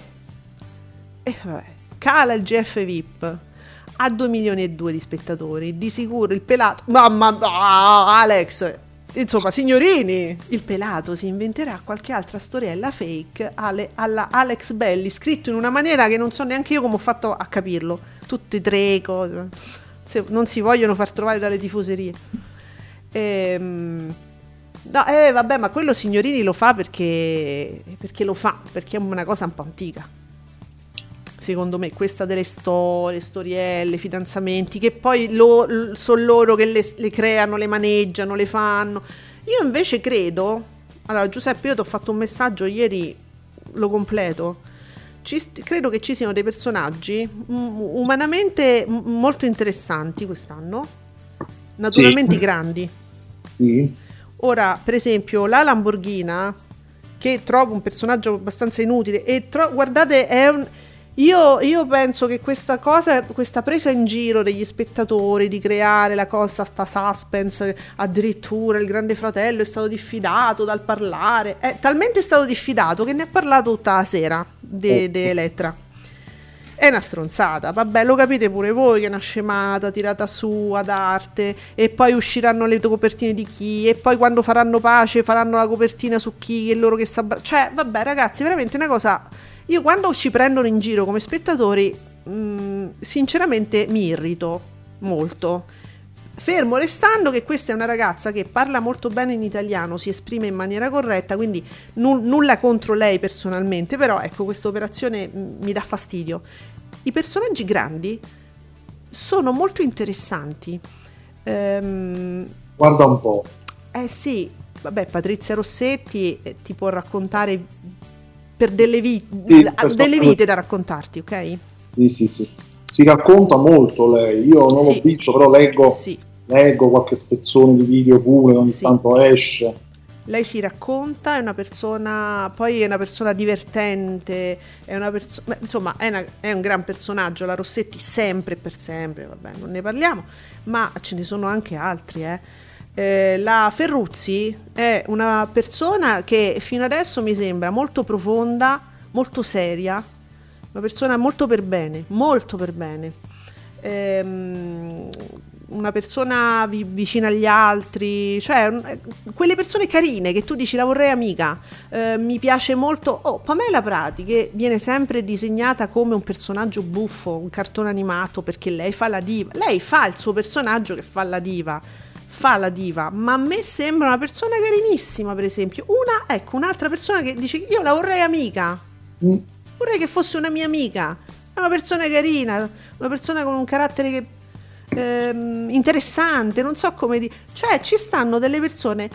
cala il GF VIP a 2 milioni e 2 di spettatori. Di sicuro il pelato, Alex, insomma signorini, il pelato si inventerà qualche altra storiella fake alla Alex Belli, scritto in una maniera che non so neanche io come ho fatto a capirlo, tutte e tre cose, non si vogliono far trovare dalle tifoserie. Vabbè, ma quello signorini lo fa perché lo fa, perché è una cosa un po' antica. Secondo me questa delle storie, storielle, fidanzamenti, che poi sono loro che le creano, le maneggiano, le fanno. Io invece credo, allora Giuseppe, io ti ho fatto un messaggio ieri, lo completo, credo che ci siano dei personaggi umanamente molto interessanti quest'anno, naturalmente grandi. Sì. Ora, per esempio, la Lamborghina, che trovo un personaggio abbastanza inutile, e guardate, io penso che questa presa in giro degli spettatori di creare la cosa, sta suspense, addirittura il Grande Fratello è stato diffidato dal parlare, è talmente stato diffidato che ne ha parlato tutta la sera di Elettra. è una stronzata, vabbè, lo capite pure voi che è una scemata tirata su ad arte, e poi usciranno le copertine di chi, e poi quando faranno pace faranno la copertina su chi è loro che cioè vabbè ragazzi, veramente una cosa, io quando ci prendono in giro come spettatori sinceramente mi irrito molto, fermo restando che questa è una ragazza che parla molto bene in italiano, si esprime in maniera corretta, quindi nulla contro lei personalmente, però ecco, questa operazione mi dà fastidio. I personaggi grandi sono molto interessanti. Guarda un po'. Sì, vabbè, Patrizia Rossetti ti può raccontare per delle vite da raccontarti, ok? Sì. Si racconta molto lei, io non l'ho visto, però leggo qualche spezzone di video pure, ogni tanto esce. Lei si racconta, è una persona divertente, insomma è un gran personaggio, la Rossetti sempre e per sempre, vabbè, non ne parliamo, ma ce ne sono anche altri, la Ferruzzi è una persona che fino adesso mi sembra molto profonda, molto seria, una persona molto per bene, una persona vicina agli altri, cioè quelle persone carine che tu dici la vorrei amica. Mi piace molto Pamela Prati, che viene sempre disegnata come un personaggio buffo, un cartone animato, perché lei fa la diva, lei fa il suo personaggio che fa la diva, ma a me sembra una persona carinissima, per esempio. Un'altra persona che dice io la vorrei amica, vorrei che fosse una mia amica, è una persona carina, una persona con un carattere che interessante, non so come dire, cioè ci stanno delle persone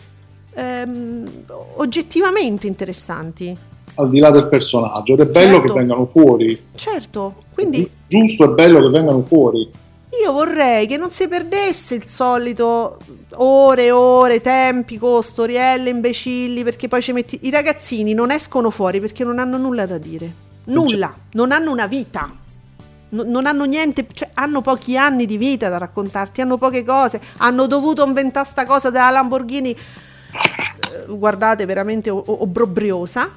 oggettivamente interessanti al di là del personaggio, ed è bello che vengano fuori, certo, quindi giusto, è bello che vengano fuori. Io vorrei che non si perdesse il solito ore, tempi, storielle imbecilli, perché poi i ragazzini non escono fuori perché non hanno nulla da dire, non hanno una vita, non hanno niente, cioè hanno pochi anni di vita da raccontarti, hanno poche cose, hanno dovuto inventare sta cosa della Lamborghini, guardate, veramente obbrobriosa.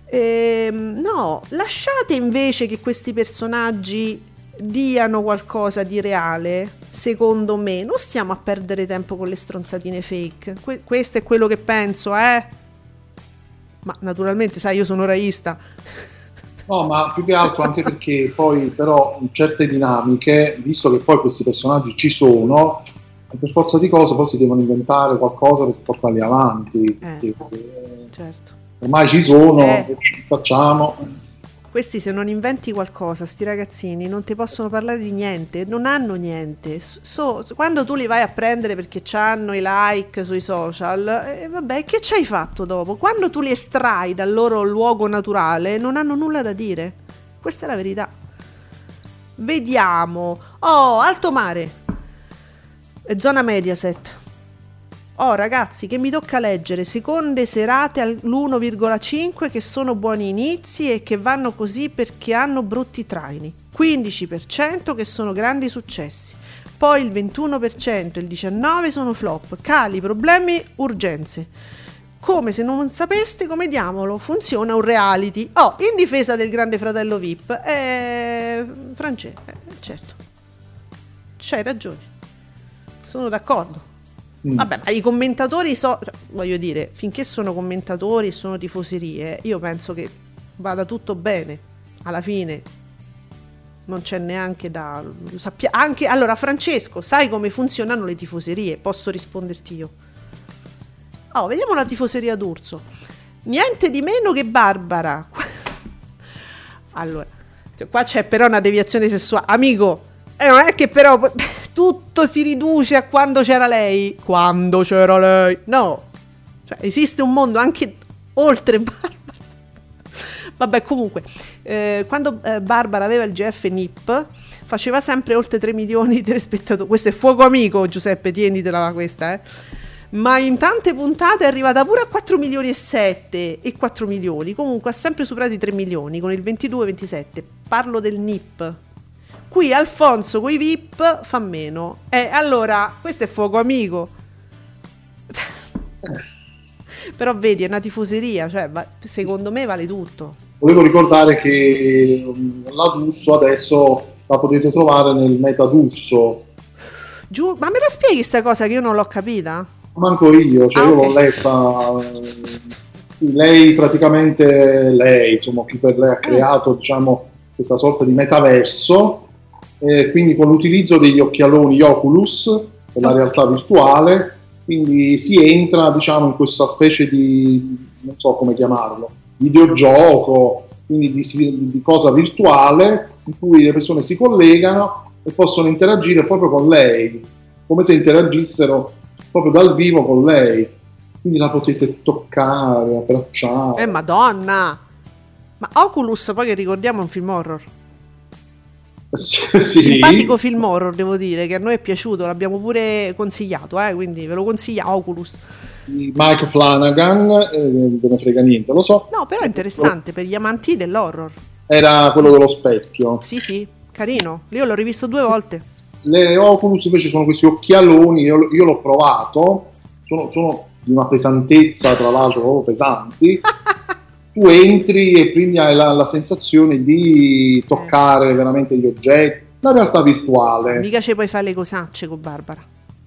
No, lasciate invece che questi personaggi diano qualcosa di reale, secondo me. Non stiamo a perdere tempo con le stronzatine fake. Questo è quello che penso, ma naturalmente, sai, io sono raista. No, ma più che altro anche perché poi però in certe dinamiche, visto che poi questi personaggi ci sono, per forza di cose poi si devono inventare qualcosa per portarli avanti, certo. Ormai ci sono, facciamo. Questi, se non inventi qualcosa, sti ragazzini non ti possono parlare di niente, non hanno niente. Quando tu li vai a prendere perché c'hanno i like sui social, vabbè, che ci hai fatto dopo? Quando tu li estrai dal loro luogo naturale, non hanno nulla da dire. Questa è la verità. Vediamo. Alto mare. Zona Mediaset. Ragazzi, che mi tocca leggere seconde serate all'1,5 che sono buoni inizi e che vanno così perché hanno brutti traini, 15% che sono grandi successi, poi il 21% e il 19% sono flop, cali, problemi, urgenze. Come se non sapeste come diavolo funziona un reality. In difesa del Grande Fratello VIP, Francesco, certo, c'hai ragione, sono d'accordo. Vabbè, ma i commentatori voglio dire, finché sono commentatori e sono tifoserie, io penso che vada tutto bene. Alla fine non c'è neanche da anche allora, Francesco, sai come funzionano le tifoserie? Posso risponderti io. Vediamo la tifoseria d'Urso. Niente di meno che Barbara. Allora, qua c'è però una deviazione sessuale, amico. Non è che però tutto si riduce a quando c'era lei. No, cioè esiste un mondo anche oltre Barbara. Vabbè, comunque quando Barbara aveva il GF NIP faceva sempre oltre 3 milioni di telespettatori. Questo è fuoco amico, Giuseppe, tienitela questa, ma in tante puntate è arrivata pure a 4 milioni e 7 e 4 milioni. Comunque ha sempre superato i 3 milioni con il 22-27. Parlo del NIP. Qui Alfonso coi VIP fa meno. Allora, questo è fuoco amico. Però vedi, è una tifoseria, cioè secondo me vale tutto. volevo ricordare che la D'Urso adesso la potete trovare nel Meta D'Urso. Ma me la spieghi sta cosa che io non l'ho capita? Manco io, cioè io l'ho letta. Lei praticamente, insomma, chi per lei ha creato, diciamo, questa sorta di metaverso, quindi con l'utilizzo degli occhialoni, gli Oculus, per la realtà virtuale, quindi si entra, diciamo, in questa specie di, non so come chiamarlo, videogioco, quindi di cosa virtuale, in cui le persone si collegano e possono interagire proprio con lei, come se interagissero proprio dal vivo con lei. Quindi la potete toccare, abbracciare. Madonna! Ma Oculus, poi che ricordiamo, è un film horror. Sì, simpatico film horror, devo dire, che a noi è piaciuto, l'abbiamo pure consigliato, quindi ve lo consiglia Oculus. Mike Flanagan, non me ne frega niente, lo so. No, però è interessante per gli amanti dell'horror. Era quello dello specchio. Sì, carino. Io l'ho rivisto 2 volte. Le Oculus invece sono questi occhialoni, io l'ho provato, sono di una pesantezza, tra l'altro proprio pesanti. Tu entri e quindi hai la sensazione di toccare veramente gli oggetti, la realtà virtuale. Mica ci puoi fare le cosacce con Barbara.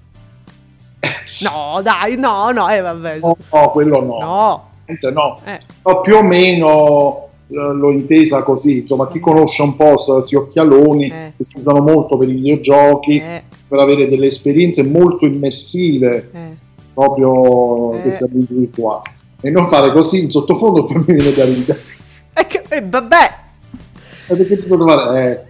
No, dai, no, vabbè. No, quello no. No. No, più o meno l'ho intesa così, insomma, chi conosce un po' questi occhialoni che si usano molto per i videogiochi, per avere delle esperienze molto immersive, proprio questi ambienti virtuali. E non fare così in sottofondo, per me viene da ridere. Vabbè. Perché bisogna fare?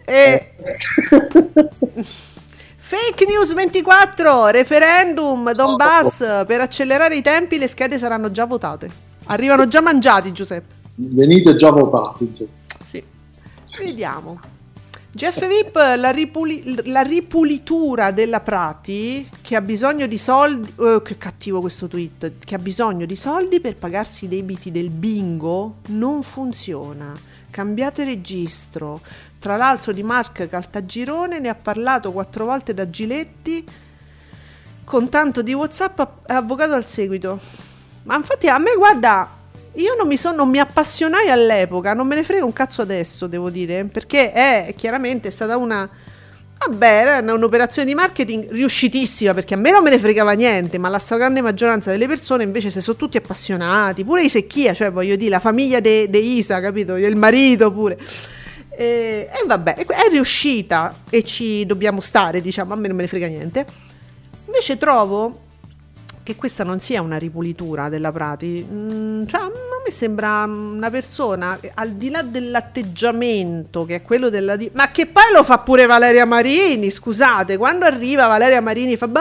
Fake News 24, referendum Donbass, per accelerare i tempi le schede saranno già votate. Arrivano già mangiati, Giuseppe. Venite già votati, insomma. Sì. Vediamo. Jeff Vip, la ripulitura della Prati, che ha bisogno di soldi, che cattivo questo tweet, che ha bisogno di soldi per pagarsi i debiti del bingo, non funziona. Cambiate registro. Tra l'altro di Mark Caltagirone ne ha parlato 4 volte da Giletti, con tanto di WhatsApp avvocato al seguito. Ma infatti a me, guarda, io non mi appassionai all'epoca, non me ne frega un cazzo adesso, devo dire, perché è chiaramente stata era un'operazione di marketing riuscitissima, perché a me non me ne fregava niente, ma la stragrande maggioranza delle persone invece se sono tutti appassionati, pure i Secchia, cioè voglio dire, la famiglia de Isa, capito? Il marito pure. E vabbè, è riuscita e ci dobbiamo stare, diciamo, a me non me ne frega niente. Invece trovo che questa non sia una ripulitura della Prati, cioè a me sembra una persona, al di là dell'atteggiamento che è quello ma che poi lo fa pure Valeria Marini, scusate, quando arriva Valeria Marini fa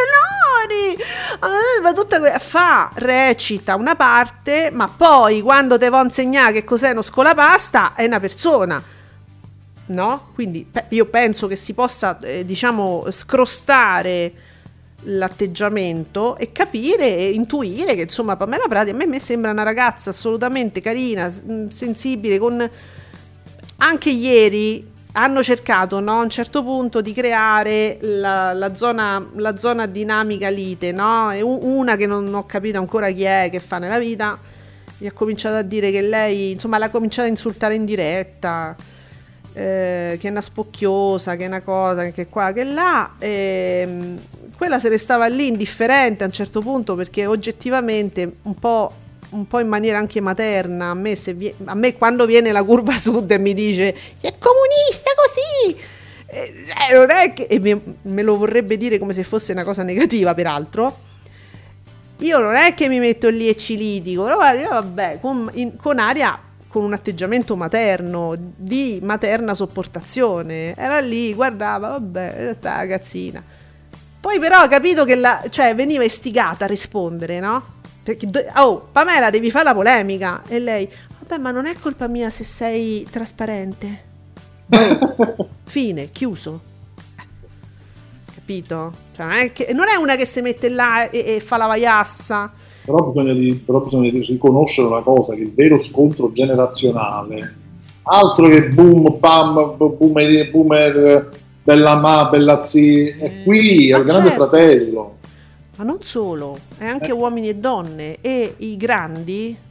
recita una parte, ma poi quando te va a insegnare che cos'è uno scolapasta è una persona, no? Quindi io penso che si possa diciamo scrostare l'atteggiamento e capire e intuire che insomma Pamela Prati a me sembra una ragazza assolutamente carina, sensibile, anche ieri hanno cercato, no, a un certo punto di creare la zona dinamica lite, no? E una che non ho capito ancora chi è, che fa nella vita, mi ha cominciato a dire che lei insomma l'ha cominciato a insultare in diretta, che è una spocchiosa, che è una cosa, che qua, che là, quella se ne stava lì indifferente a un certo punto, perché oggettivamente un po' in maniera anche materna, a me quando viene la curva sud e mi dice che è comunista così, non è che, e me lo vorrebbe dire come se fosse una cosa negativa, peraltro io non è che mi metto lì e ci litigo, però vabbè, con aria, con un atteggiamento materno, di materna sopportazione, era lì, guardava, vabbè, sta ragazzina. Poi però ha capito che cioè veniva istigata a rispondere, no? Perché Pamela, devi fare la polemica. E lei, vabbè, ma non è colpa mia se sei trasparente. Fine, chiuso. Capito? Cioè, non è una che si mette là e fa la vaiassa. Però bisogna riconoscere una cosa, che il vero scontro generazionale, altro che boom, pam, boomer, bella ma, bella zia, è qui, al Grande Fratello. Ma non solo, è anche uomini e donne, e i grandi,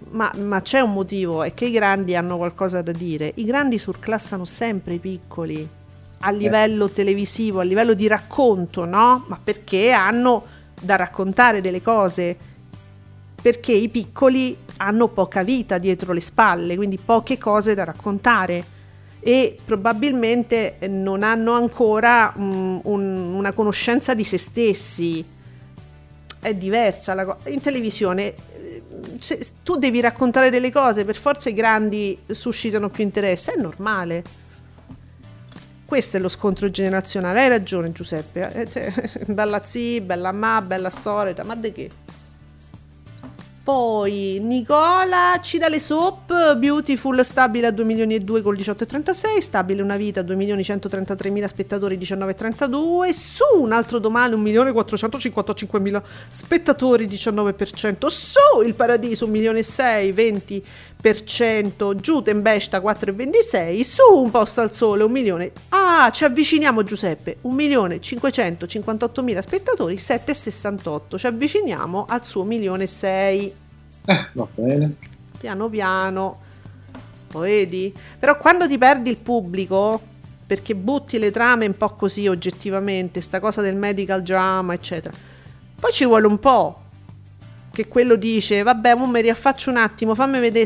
Ma c'è un motivo, è che i grandi hanno qualcosa da dire. I grandi surclassano sempre i piccoli a livello televisivo, a livello di racconto, no? Ma perché hanno da raccontare delle cose, perché i piccoli hanno poca vita dietro le spalle, quindi poche cose da raccontare e probabilmente non hanno ancora una conoscenza di se stessi. È diversa la cosa. In televisione tu devi raccontare delle cose, per forza i grandi suscitano più interesse, è normale. Questo è lo scontro generazionale, hai ragione Giuseppe, bella zii, bella ma, bella soreta, ma di che? Poi Nicola ci dà le soap. Beautiful stabile a 2 milioni e 2 col 18,36, stabile una vita 2.133.000 spettatori 19,32, su un altro domani 1.455.000 spettatori 19%, su Il Paradiso 1.600.000 20%, giù Tempesta 4,26, su Un Posto al Sole 1 milione, ci avviciniamo Giuseppe, 1.558.000 spettatori 7,68, ci avviciniamo al suo 1.600.000. Va bene. Piano piano, lo vedi? Però quando ti perdi il pubblico, perché butti le trame un po' così oggettivamente, sta cosa del medical drama eccetera, poi ci vuole un po' che quello dice vabbè, mo mi riaffaccio un attimo, fammi vedere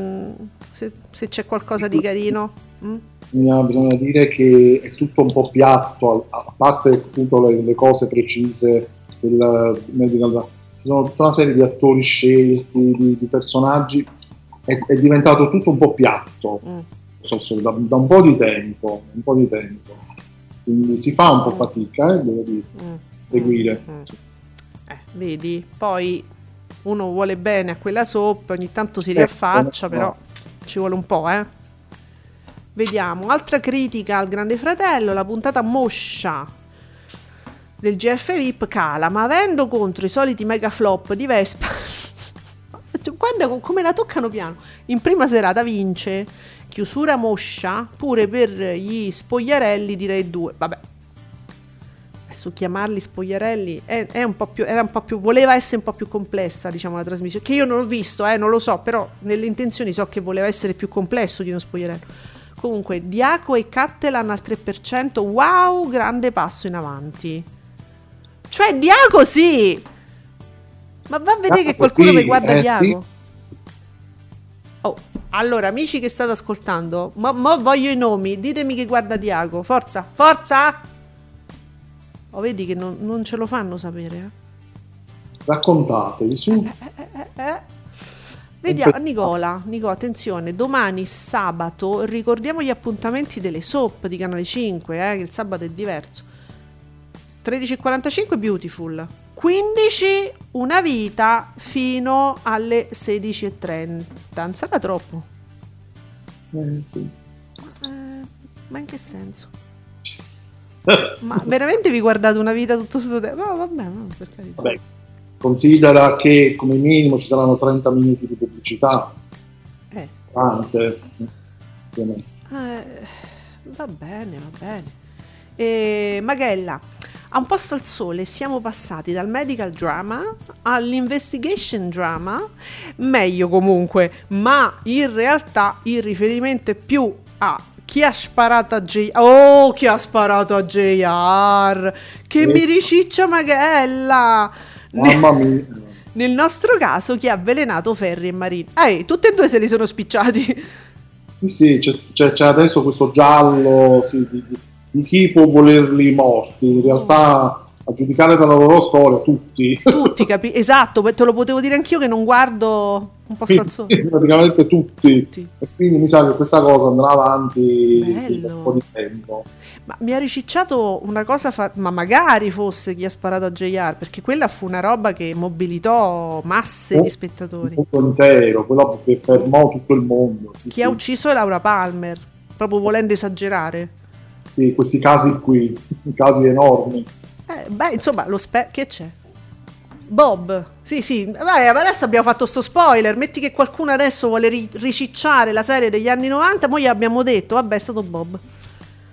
se c'è qualcosa di carino. Bisogna dire che è tutto un po' piatto, a parte appunto le cose precise del medical drama. Ci sono tutta una serie di attori scelti, di personaggi, è diventato tutto un po' piatto da un po' di tempo, quindi si fa un po' fatica, devo dire, seguire. Vedi, poi uno vuole bene a quella soap, ogni tanto si riaffaccia, però ci vuole un po', Vediamo, altra critica al Grande Fratello, la puntata moscia del GF VIP cala, ma avendo contro i soliti mega flop di Vespa, guarda come la toccano piano, in prima serata vince, chiusura moscia, pure per gli spogliarelli direi 2, vabbè. Adesso chiamarli spogliarelli è un po' più, era un po' più, voleva essere un po' più complessa, diciamo, la trasmissione, che io non ho visto, non lo so, però nelle intenzioni so che voleva essere più complesso di uno spogliarello. Comunque Diaco e Cattelan al 3%, wow, grande passo in avanti. Cioè Diaco sì, ma va a vedere che qualcuno mi guarda Diaco. Sì. Oh, allora amici che state ascoltando, mo voglio i nomi, ditemi che guarda Diaco, forza, forza. Oh, vedi che non ce lo fanno sapere. Raccontatevi su. Vediamo, Nicola, attenzione, domani sabato ricordiamo gli appuntamenti delle soap di Canale 5, che il sabato è diverso. 13:45 Beautiful, 15 Una Vita fino alle 16:30. Non sarà troppo? Sì. Ma in che senso? Ma veramente vi guardate Una Vita tutto questo tempo? No, vabbè, per carità. Vabbè, considera che come minimo ci saranno 30 minuti di pubblicità. Tante. Va bene. E Maghella, a Un Posto al Sole siamo passati dal medical drama all'investigation drama, meglio comunque, ma in realtà il riferimento è più a chi ha sparato a JR. Oh, chi ha sparato a JR, che mi riciccia Maghella. Mamma mia. Nel nostro caso chi ha avvelenato Ferri e Marini. Tutti e due se li sono spicciati. Sì, c'è adesso questo giallo di chi può volerli morti. In realtà, a giudicare dalla loro storia, tutti, esatto, te lo potevo dire anch'io che non guardo Un Posto al Sole. Praticamente tutti. E quindi mi sa che questa cosa andrà avanti un po' di tempo. Ma mi ha ricicciato una cosa, ma magari fosse chi ha sparato a JR, perché quella fu una roba che mobilitò masse di spettatori. Il mondo intero, quello che fermò tutto il mondo. Chi ha ucciso Laura Palmer, proprio volendo esagerare. Sì, questi casi qui, casi enormi. Insomma, che c'è? Bob, sì, vai, adesso abbiamo fatto sto spoiler, metti che qualcuno adesso vuole ricicciare la serie degli anni 90, poi gli abbiamo detto, vabbè, è stato Bob.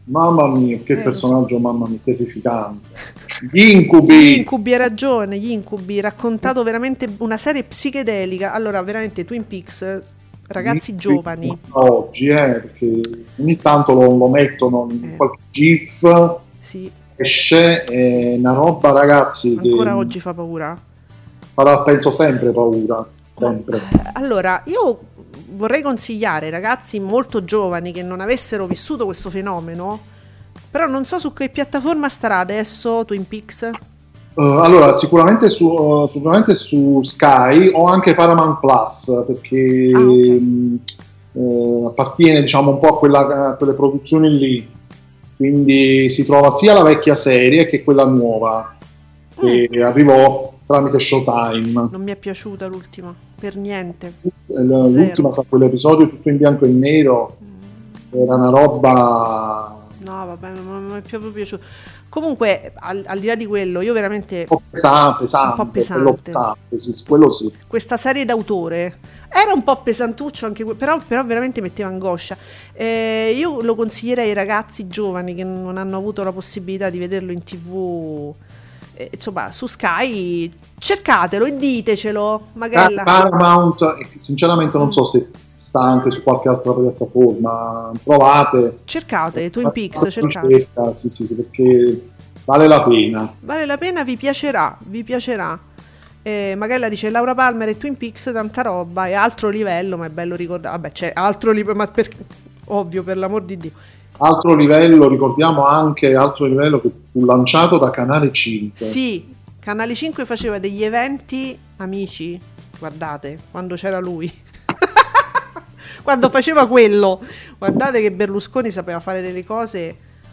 Mamma mia, che personaggio, mamma mia, terrificante. Gli incubi, Hai ragione, gli incubi, raccontato veramente una serie psichedelica. Allora, veramente Twin Peaks, ragazzi giovani. Oggi, perché ogni tanto lo mettono in qualche GIF, sì. Esce, una roba, ragazzi, ancora che oggi fa paura. farà, penso, sempre paura. Sempre. Allora, io vorrei consigliare ai ragazzi molto giovani che non avessero vissuto questo fenomeno, però non so su che piattaforma starà adesso Twin Peaks. Allora, sicuramente su Sky o anche Paramount Plus, perché appartiene, diciamo, un po' a quelle produzioni lì, quindi si trova sia la vecchia serie che quella nuova che arrivò tramite Showtime. Non mi è piaciuta l'ultima, per niente. L'ultima, quell'episodio tutto in bianco e nero, era una roba... No, vabbè, non mi è proprio piaciuto. Comunque, al di là di quello, io veramente... Un po' pesante. Quello sì. Questa serie d'autore era un po' pesantuccio anche però veramente metteva angoscia. Io lo consiglierei ai ragazzi giovani che non hanno avuto la possibilità di vederlo in TV. Insomma, su Sky cercatelo e ditecelo. Magari Paramount, sinceramente non so se sta anche su qualche altra piattaforma. Provate, cercate Twin Peaks, cercate. Sì, perché vale la pena, vi piacerà. Magari dice Laura Palmer e Twin Peaks, tanta roba, è altro livello, ma è bello ricordare. Vabbè, c'è altro livello, ma ovvio, per l'amor di Dio. Altro livello, ricordiamo anche altro livello che fu lanciato da Canale 5. Sì, Canale 5 faceva degli eventi, amici, guardate, quando c'era lui. Quando faceva quello, guardate che Berlusconi sapeva fare delle cose.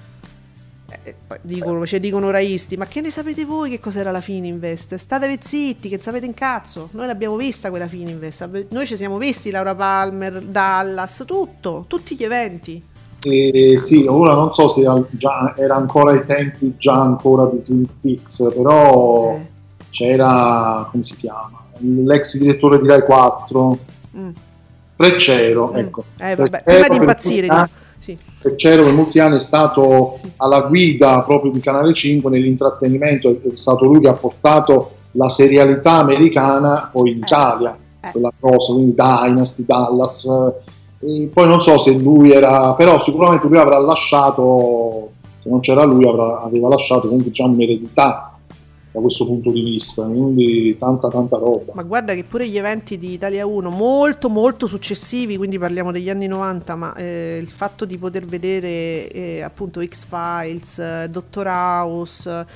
Dicono raisti, ma che ne sapete voi che cos'era la Fininvest? Statevi zitti, che sapete in cazzo. Noi l'abbiamo vista quella Fininvest, noi ci siamo visti Laura Palmer, Dallas, tutti gli eventi. Sì, ora non so se già era ancora ai tempi ancora di Twin Peaks, però c'era, come si chiama, l'ex direttore di Rai 4, Freccero, ecco. Vabbè, prima di impazzire, sì. Freccero per molti anni è stato alla guida proprio di Canale 5 nell'intrattenimento, è stato lui che ha portato la serialità americana poi in Italia, quella cosa, quindi Dynasty, Dallas. E poi non so se lui era, però sicuramente lui avrà lasciato, se non c'era lui aveva lasciato comunque già un'eredità da questo punto di vista, quindi tanta roba. Ma guarda che pure gli eventi di Italia 1 molto molto successivi, quindi parliamo degli anni 90, ma il fatto di poter vedere appunto X-Files, Dottor House,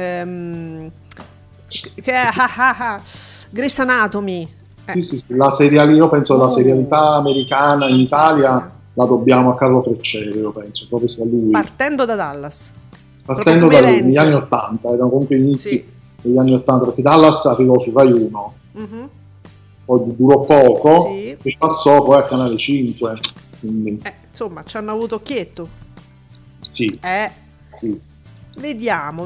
Grey's Anatomy. Sì, la io penso la serialità americana in Italia la dobbiamo a Carlo Freccero, io penso, proprio sia lui. Partendo da Dallas. Partendo da lui, negli anni 80, erano comunque inizi degli anni 80, perché Dallas arrivò su Rai 1, poi durò poco, e passò poi a Canale 5. Quindi... insomma, ci hanno avuto occhietto. Sì. Sì. Vediamo.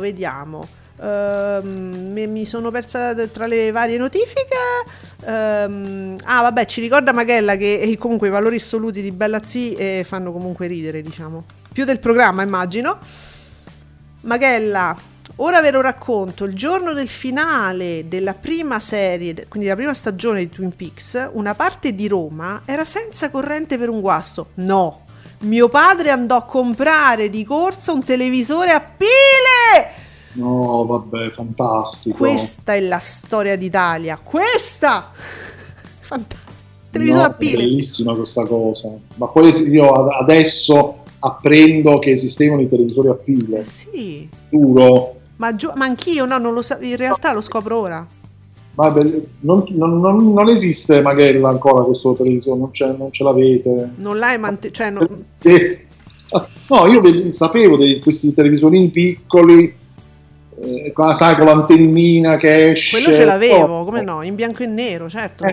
Mi sono persa tra le varie notifiche. Vabbè, ci ricorda Magella che comunque i valori assoluti di Bella Z fanno comunque ridere, diciamo, più del programma, immagino. Magella, ora ve lo racconto. Il giorno del finale della prima serie, quindi la prima stagione di Twin Peaks, una parte di Roma era senza corrente per un guasto. No, mio padre andò a comprare di corsa un televisore a pile. No, vabbè, fantastico. Questa è la storia d'Italia. Questa! Fantastico. Televisore a pile. È bellissima questa cosa. Ma poi io adesso apprendo che esistevano i televisori a pile. Sì. Giuro. Ma anch'io non lo so, in realtà lo scopro ora. Vabbè, non esiste magari ancora questo televisore, non ce l'avete. Non l'hai No, io sapevo di questi televisorini piccoli, sai, con l'antennina che esce. Quello ce l'avevo, come no, in bianco e nero, certo.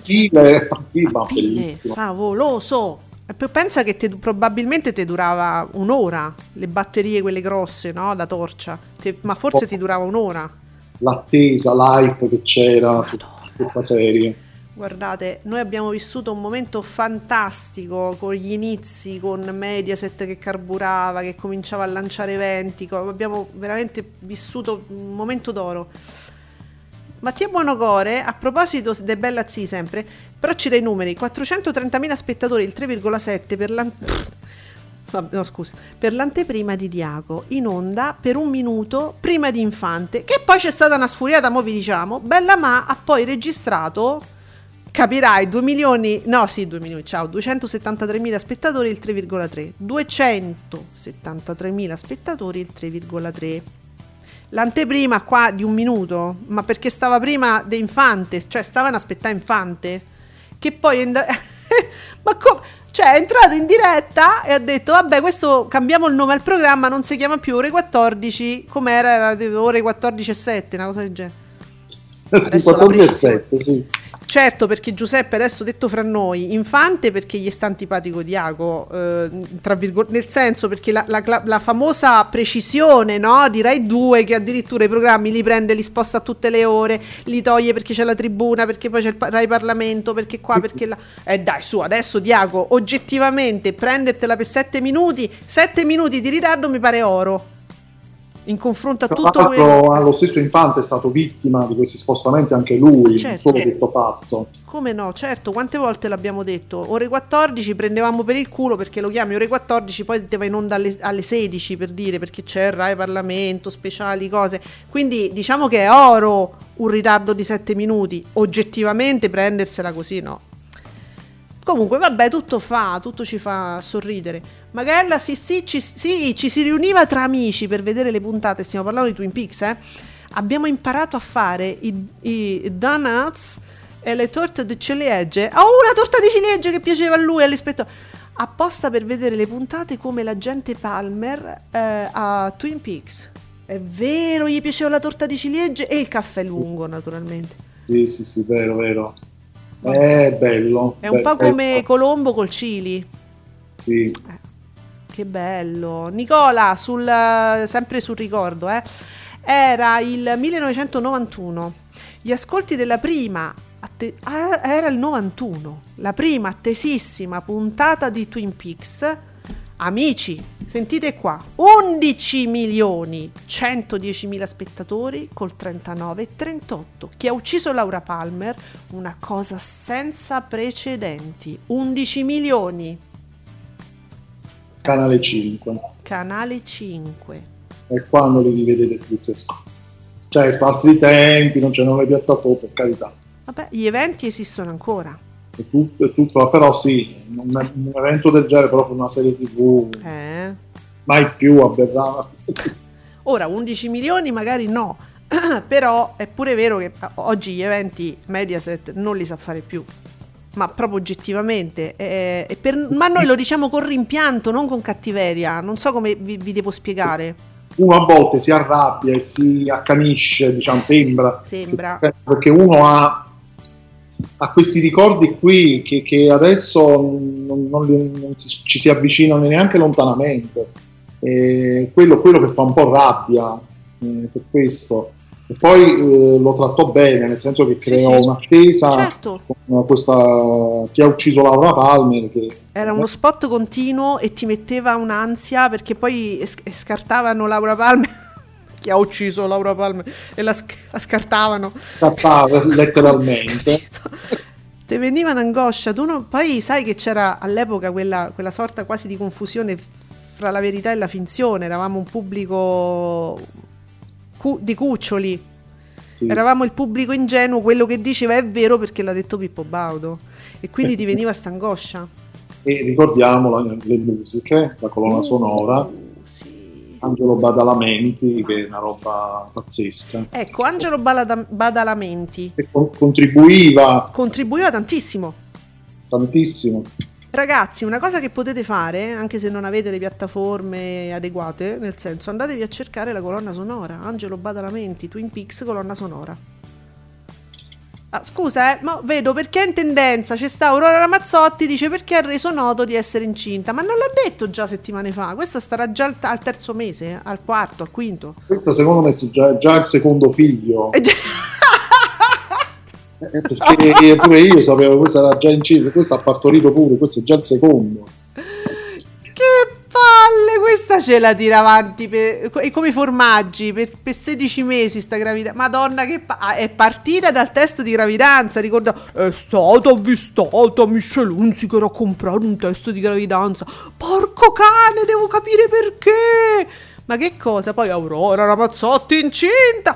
Favoloso. Pensa che probabilmente ti durava un'ora, le batterie quelle grosse, no, da torcia, ma forse ti durava un'ora. L'attesa, l'hype che c'era su questa serie. Guardate, noi abbiamo vissuto un momento fantastico con gli inizi, con Mediaset che carburava, che cominciava a lanciare eventi, abbiamo veramente vissuto un momento d'oro. Mattia Buonocore, a proposito de Bella Zii sempre, però ci dà i numeri: 430.000 spettatori, il 3,7 per l'anteprima di Diaco, in onda per 1 minuto prima di Infante, che poi c'è stata una sfuriata, mo vi diciamo. Bella Ma ha poi registrato, capirai, 273.000 spettatori, il 3,3. 273.000 spettatori, il 3,3. L'anteprima qua di 1 minuto, ma perché stava prima di Infante, cioè stavano aspettando Infante, che poi ma cioè è entrato in diretta e ha detto vabbè, questo cambiamo il nome al programma, non si chiama più Ore 14, com'era, era Ore 14:07, una cosa del genere. Sì, 14:07, sì. Certo, perché Giuseppe, adesso detto fra noi, Infante perché gli sta antipatico Diaco, nel senso perché la famosa precisione, no, di Rai 2, che addirittura i programmi li prende, li sposta a tutte le ore, li toglie perché c'è la tribuna, perché poi c'è il Rai Parlamento, perché qua, perché là. Dai, su, adesso Diaco, oggettivamente prendertela per 7 minuti di ritardo mi pare oro. In confronto a tutto quello, lo stesso Infante è stato vittima di questi spostamenti anche lui, certo, solo tutto fatto. Come no, certo, quante volte l'abbiamo detto, Ore 14 prendevamo per il culo perché lo chiami Ore 14, poi te va in onda alle 16, per dire, perché c'è il Rai Parlamento, speciali, cose, quindi diciamo che è oro un ritardo di 7 minuti, oggettivamente prendersela così no. Comunque vabbè, tutto ci fa sorridere. Magari ci si riuniva tra amici per vedere le puntate, stiamo parlando di Twin Peaks, abbiamo imparato a fare i donuts e le torte di ciliegie. Una torta di ciliegie che piaceva a lui, all'ispettore, apposta per vedere le puntate come l'agente Palmer a Twin Peaks. È vero, gli piaceva la torta di ciliegie e il caffè lungo, naturalmente. Sì, vero. È bello. È un po' come Colombo col chili. Sì. Che bello. Nicola, sempre sul ricordo, era il 1991. Gli ascolti della prima era il 91. La prima attesissima puntata di Twin Peaks. Amici, sentite qua: 11.110.000 spettatori col 39,38. Chi ha ucciso Laura Palmer? Una cosa senza precedenti. 11 milioni. Canale 5. E quando li rivedete tutti? Cioè, altri tempi, non c'erano le piattaforme, per carità. Vabbè, gli eventi esistono ancora. È tutto, però sì, un evento del genere, proprio una serie TV, mai più avverrà. Ora 11 milioni magari no, però è pure vero che oggi gli eventi Mediaset non li sa fare più, ma proprio oggettivamente, ma noi lo diciamo con rimpianto, non con cattiveria, non so come vi devo spiegare. Uno a volte si arrabbia e si accanisce, diciamo, sembra. Perché uno ha questi ricordi qui che adesso non ci si avvicinano neanche lontanamente, quello che fa un po' rabbia, per questo. E poi lo trattò bene, nel senso che creò un'attesa, certo, con questa Chi ha ucciso Laura Palmer, che era uno spot continuo e ti metteva un'ansia, perché poi scartavano Laura Palmer. Chi ha ucciso Laura Palmer? E la scartavano. Letteralmente. Te veniva un'angoscia. Poi sai che c'era all'epoca quella sorta quasi di confusione fra la verità e la finzione. Eravamo un pubblico di cuccioli. Sì. Eravamo il pubblico ingenuo, quello che diceva è vero perché l'ha detto Pippo Baudo. E quindi ti veniva st'angoscia. E ricordiamo le musiche, la colonna sonora. Angelo Badalamenti, che è una roba pazzesca. Ecco, Angelo Badalamenti che contribuiva tantissimo. Ragazzi, una cosa che potete fare, anche se non avete le piattaforme adeguate, nel senso, andatevi a cercare la colonna sonora. Angelo Badalamenti, Twin Peaks, colonna sonora. Scusa, ma vedo perché è in tendenza. C'è sta Aurora Ramazzotti, dice perché ha reso noto di essere incinta. Ma non l'ha detto già settimane fa. Questa starà già al terzo mese, al quarto, al quinto. Questa secondo me è già il secondo figlio. Perché pure io sapevo questa era già incisa, questo ha partorito pure, questo è già il secondo. Che palle, questa ce la tira avanti è come i formaggi per 16 mesi sta gravidanza. Madonna, è partita dal test di gravidanza, ricordo, è stata avvistata a Michelunzi che era a comprare un test di gravidanza. Porco cane, devo capire perché. Ma che cosa? Poi Aurora Ramazzotti incinta.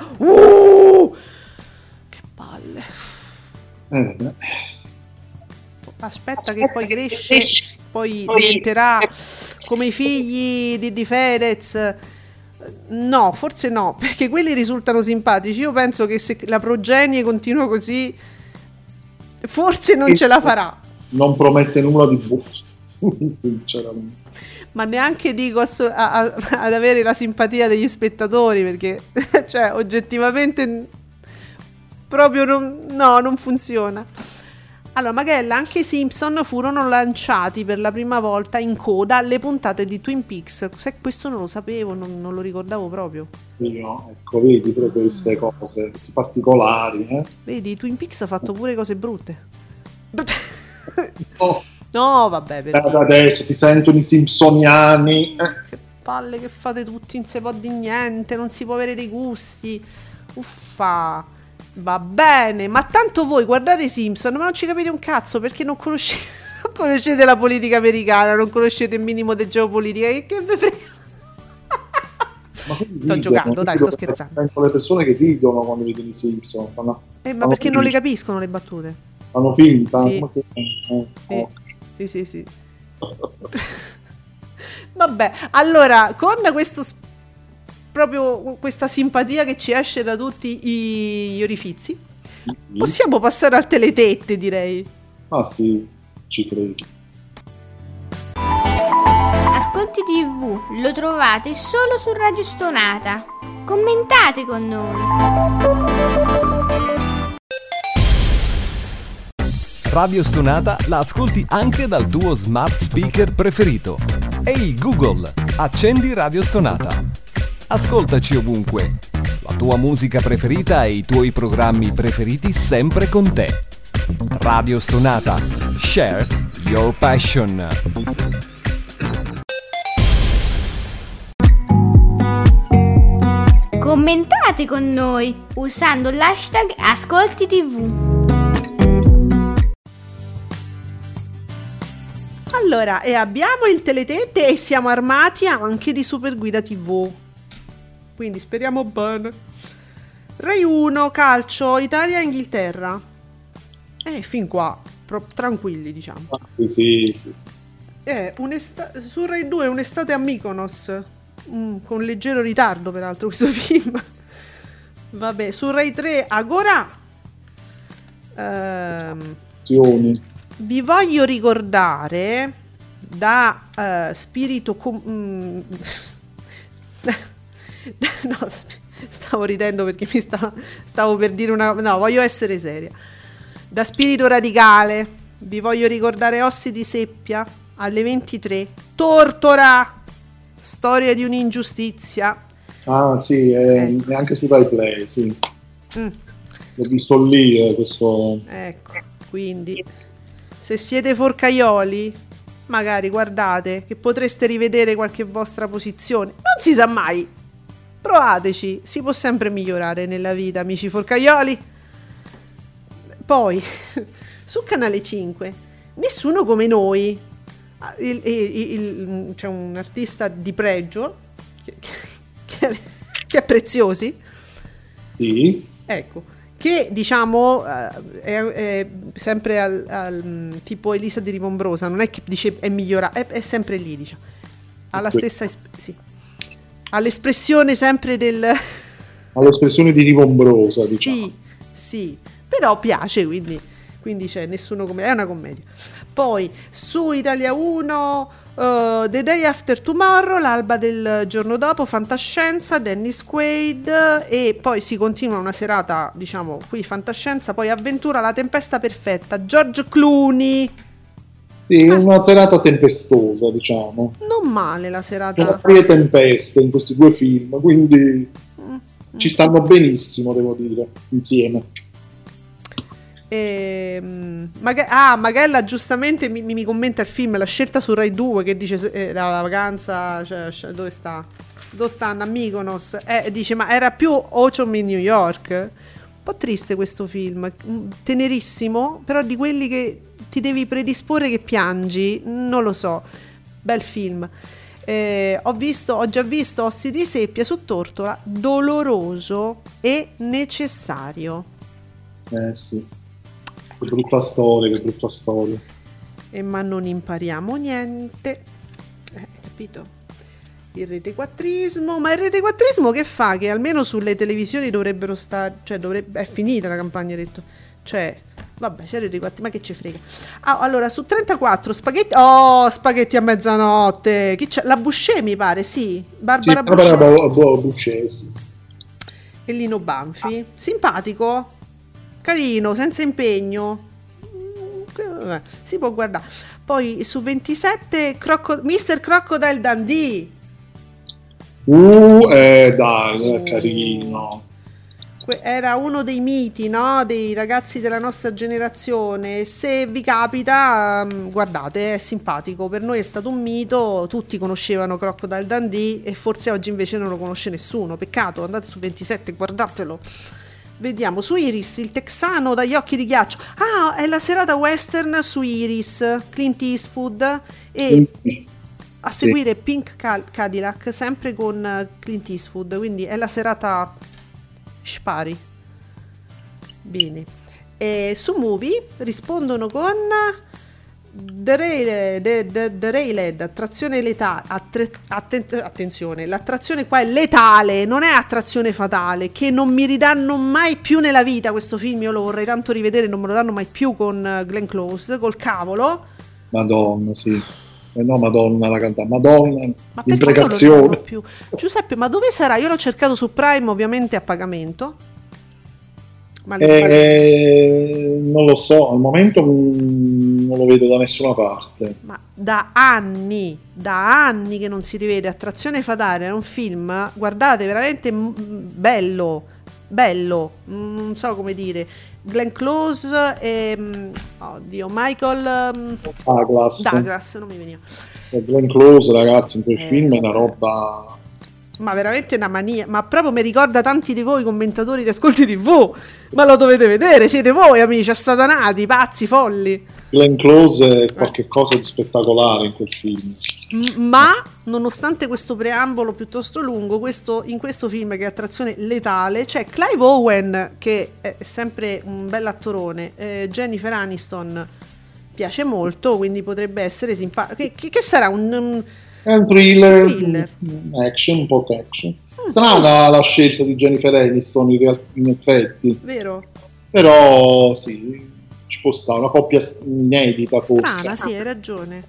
Che palle. Vabbè. Aspetta che poi cresce, poi diventerà come i figli di Fedez. No, forse no, perché quelli risultano simpatici. Io penso che se la progenie continua così, forse non ce la farà. Non promette nulla di buono, sinceramente. Ma neanche dico ad avere la simpatia degli spettatori, perché cioè oggettivamente proprio non funziona. Allora, Magella, anche i Simpson furono lanciati per la prima volta in coda alle puntate di Twin Peaks. Questo non lo sapevo, non lo ricordavo proprio. Io, ecco, vedi pure queste cose, questi particolari. Vedi, Twin Peaks ha fatto pure cose brutte. Oh. No, vabbè. Adesso ti sentono i simpsoniani. Che palle che fate tutti, non si può di niente, non si può avere dei gusti. Uffa. Va bene, ma tanto voi guardate i Simpson, ma non ci capite un cazzo perché non conoscete la politica americana, non conoscete il minimo di geopolitica. Che ve frega? Sto giocando, dai, sto scherzando. Le persone che ridono quando vedono i Simpson. Ma perché non le capiscono le battute? Fanno finta? Sì. Sì. Vabbè, allora, con proprio questa simpatia che ci esce da tutti gli orifizi, possiamo passare al teletette, direi. Ah sì, ci credo. Ascolti TV lo trovate solo su Radio Stonata. Commentate con noi. Radio Stonata la ascolti anche dal tuo smart speaker preferito. Ehi Google, accendi Radio Stonata. Ascoltaci ovunque. La tua musica preferita e i tuoi programmi preferiti sempre con te. Radio Stonata. Share your passion. Commentate con noi usando l'hashtag Ascolti TV. Allora, e abbiamo il teletette e siamo armati anche di Super Guida TV. Quindi speriamo bene. Rai 1, calcio, Italia-Inghilterra. Fin qua, tranquilli, diciamo. Sì. Su Rai 2 un'estate a Mykonos. Con leggero ritardo, peraltro, questo film. Vabbè, su Rai 3, Agora. Vi voglio ricordare da spirito... No, stavo ridendo perché stavo per dire no, voglio essere seria. Da spirito radicale vi voglio ricordare Ossi di Seppia alle 23. Tortora, storia di un'ingiustizia. Ah sì, neanche su Rai Play, sì. L'ho visto lì questo. Ecco, quindi se siete forcaioli, magari guardate che potreste rivedere qualche vostra posizione. Non si sa mai. Provateci, si può sempre migliorare nella vita, amici forcaioli. Poi, su Canale 5, Nessuno come noi. C'è un artista di pregio che è Preziosi. Sì. Ecco, che diciamo è sempre al tipo Elisa di Rivombrosa, non è che dice è migliorata, è sempre lì, diciamo. Ha la stessa sì. All'espressione sempre all'espressione di Rivombrosa, diciamo. Sì, però piace, quindi c'è Nessuno come... è una commedia. Poi su Italia 1 The Day After Tomorrow, l'alba del giorno dopo, Fantascienza, Dennis Quaid, e poi si continua una serata, diciamo, qui Fantascienza, poi Avventura, La tempesta perfetta, George Clooney. Sì, una serata tempestosa, diciamo. Non male la serata. Sono varie tempeste in questi due film, quindi ci stanno benissimo, devo dire, insieme. Magella giustamente mi commenta il film La scelta su Rai 2 che dice la vacanza, dove sta? Dove stanno? A Mykonos. Dice ma era più Autumn in New York. Un po' triste questo film, tenerissimo, però di quelli che ti devi predisporre che piangi, non lo so. Bel film. Ho già visto Ossi di seppia su Tortola, doloroso e necessario. Sì. Che brutta storia. Ma non impariamo niente. Capito? Il retequattrismo. Ma il retequattrismo che fa? Che almeno sulle televisioni dovrebbero stare. Cioè, è finita la campagna, detto. Cioè, vabbè, c'è il retequattrismo, ma che ci frega. Allora, su 34 spaghetti. Oh, spaghetti a mezzanotte. Chi c'è? La Boucher, mi pare, sì. Barbara Boucher, sì. E Lino Banfi. Simpatico. Carino, senza impegno. Si può guardare. Poi su 27 Mr. Crocodile Dundee. Dai, è carino. Era uno dei miti, no? Dei ragazzi della nostra generazione. Se vi capita, guardate, è simpatico. Per noi è stato un mito. Tutti conoscevano Crocodile Dundee e forse oggi invece non lo conosce nessuno. Peccato, andate su 27, guardatelo. Vediamo su Iris, il texano dagli occhi di ghiaccio. È la serata western su Iris, Clint Eastwood e a seguire Pink Cadillac, sempre con Clint Eastwood, quindi è la serata spari. Bene. E su Movie rispondono con The Railhead, attrazione letale. Attenzione, l'attrazione qua è letale, non è attrazione fatale, che non mi ridanno mai più nella vita questo film. Io lo vorrei tanto rivedere, non me lo danno mai più con Glenn Close, col cavolo. Madonna, sì. No, Madonna la cantata, Madonna, ma l'imprecazione. Più. Giuseppe, ma dove sarà? Io l'ho cercato su Prime, ovviamente a pagamento. Ma non lo so, al momento non lo vedo da nessuna parte. Ma da anni che non si rivede Attrazione fatale, è un film, guardate, veramente bello, non so come dire. Glenn Close e Michael Douglas, non mi veniva. Glenn Close, ragazzi, in quel film è una roba. Ma veramente una mania, ma proprio mi ricorda tanti di voi commentatori di Ascolti TV, ma lo dovete vedere, siete voi amici assatanati, pazzi, folli. Glenn Close è qualche cosa di spettacolare in quel film. Ma nonostante questo preambolo piuttosto lungo, in questo film che è Attrazione letale c'è Clive Owen, che è sempre un bell'attorone, Jennifer Aniston piace molto, quindi potrebbe essere simpatico. Che sarà è un thriller. Action, un po' action. Strana la scelta di Jennifer Aniston in effetti. Vero. Però sì, ci può stare, una coppia inedita forse. Strana, sì, hai ragione.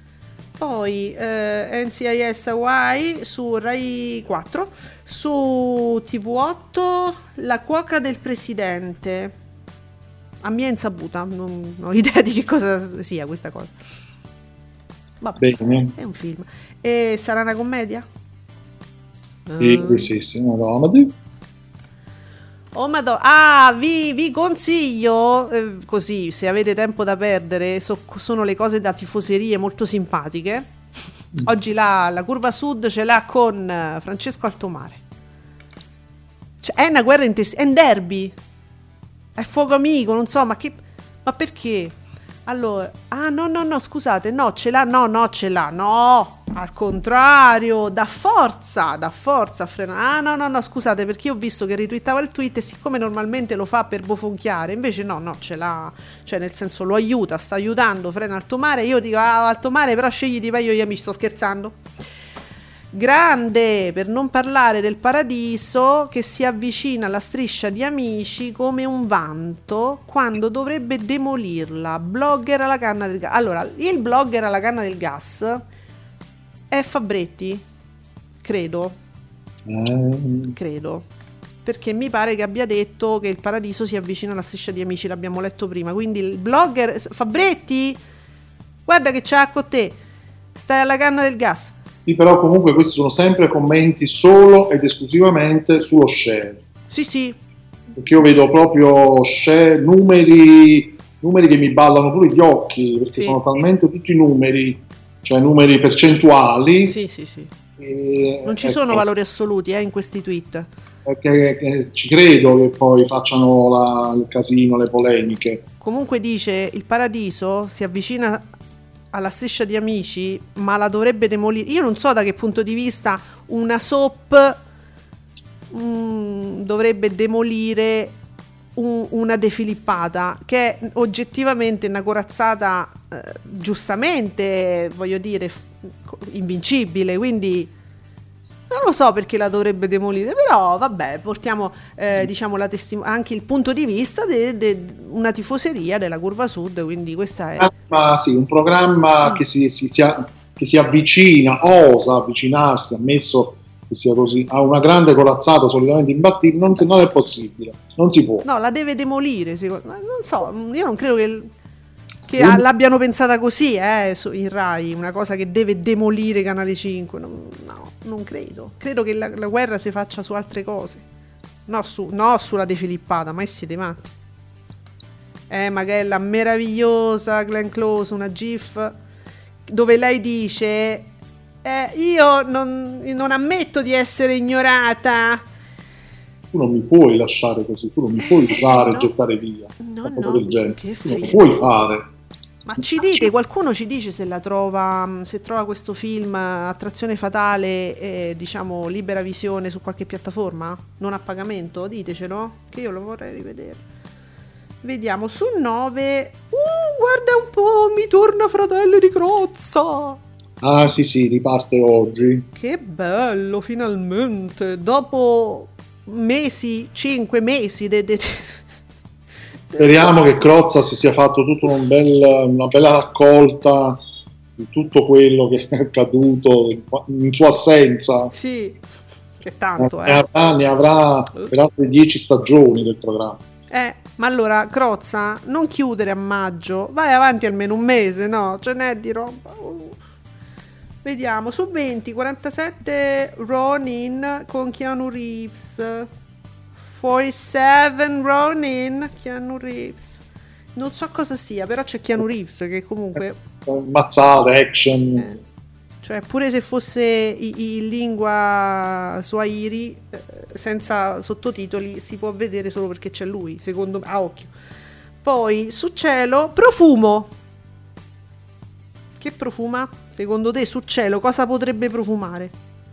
Poi NCIS Hawaii su Rai 4, su TV8 La cuoca del presidente. A mia insaputa, non ho idea di che cosa sia questa cosa. Vabbè, bene. È un film. E sarà una commedia? Sì, una comedy. Oh madonna, vi consiglio, così se avete tempo da perdere, sono le cose da tifoserie molto simpatiche. Oggi la curva sud ce l'ha con Francesco Altomare. Cioè, è una guerra intestina, è un derby, è fuoco amico, non so, ma perché? Allora, no, scusate, no, ce l'ha, no, al contrario, dà forza a frenare. No, scusate, perché io ho visto che ritwittava il tweet e siccome normalmente lo fa per bofonchiare, invece no, ce l'ha, cioè nel senso lo aiuta, sta aiutando, frena Altomare. Io dico, Altomare, però scegliti meglio gli amici, sto scherzando. Grande, per non parlare del Paradiso che si avvicina alla striscia di Amici come un vanto quando dovrebbe demolirla. Blogger alla canna del gas. Allora, il blogger alla canna del gas è Fabretti? Credo, perché mi pare che abbia detto che il Paradiso si avvicina alla striscia di Amici, l'abbiamo letto prima, quindi il blogger Fabretti, guarda che c'ha con te, stai alla canna del gas. Sì, però comunque questi sono sempre commenti solo ed esclusivamente sullo share. Sì, perché io vedo proprio numeri che mi ballano pure gli occhi, perché sono talmente tutti numeri, cioè numeri percentuali. Sì. Non ci sono valori assoluti in questi tweet. Perché ci credo che poi facciano il casino, le polemiche. Comunque dice: il paradiso si avvicina alla striscia di Amici, ma la dovrebbe demolire. Io non so da che punto di vista una soap dovrebbe demolire una defilippata, che è oggettivamente una corazzata, giustamente, voglio dire, invincibile, quindi non lo so perché la dovrebbe demolire, però vabbè, portiamo diciamo anche il punto di vista di una tifoseria della Curva Sud, quindi questa è un programma che si avvicina, osa avvicinarsi, ammesso che sia così, a una grande corazzata solitamente imbattibile, non è possibile, non si può. No, la deve demolire, non so, io non credo che l'abbiano pensata così, in Rai, una cosa che deve demolire Canale 5, no, non credo. Credo che la guerra si faccia su altre cose, no sulla defilippata, ma siete matti. Magari la meravigliosa Glenn Close, una gif dove lei dice io non ammetto di essere ignorata. Tu non mi puoi lasciare così, tu non mi puoi usare e gettare via una cosa del genere, tu non lo puoi fare. Ma ci dite, qualcuno ci dice se trova questo film Attrazione Fatale, diciamo libera visione su qualche piattaforma? Non a pagamento? Ditecelo, che io lo vorrei rivedere. Vediamo, su 9, guarda un po', mi torna Fratelli di Crozza. Ah sì, riparte oggi. Che bello, finalmente, dopo 5 mesi Speriamo che Crozza si sia fatto tutta una bella raccolta di tutto quello che è accaduto in sua assenza. Sì, che tanto ne avrà per altre 10 stagioni del programma. Ma allora Crozza, non chiudere a maggio, vai avanti almeno un mese, no? Ce n'è di roba. Vediamo, su 20, 47 Ronin con Keanu Reeves. 47 Ronin, Keanu Reeves. Non so cosa sia, però c'è Keanu Reeves che comunque mazzate, action. Cioè pure se fosse in lingua swahili, senza sottotitoli, si può vedere solo perché c'è lui, secondo me, a occhio. Poi su Cielo, Profumo. Che profuma? Secondo te su Cielo cosa potrebbe profumare?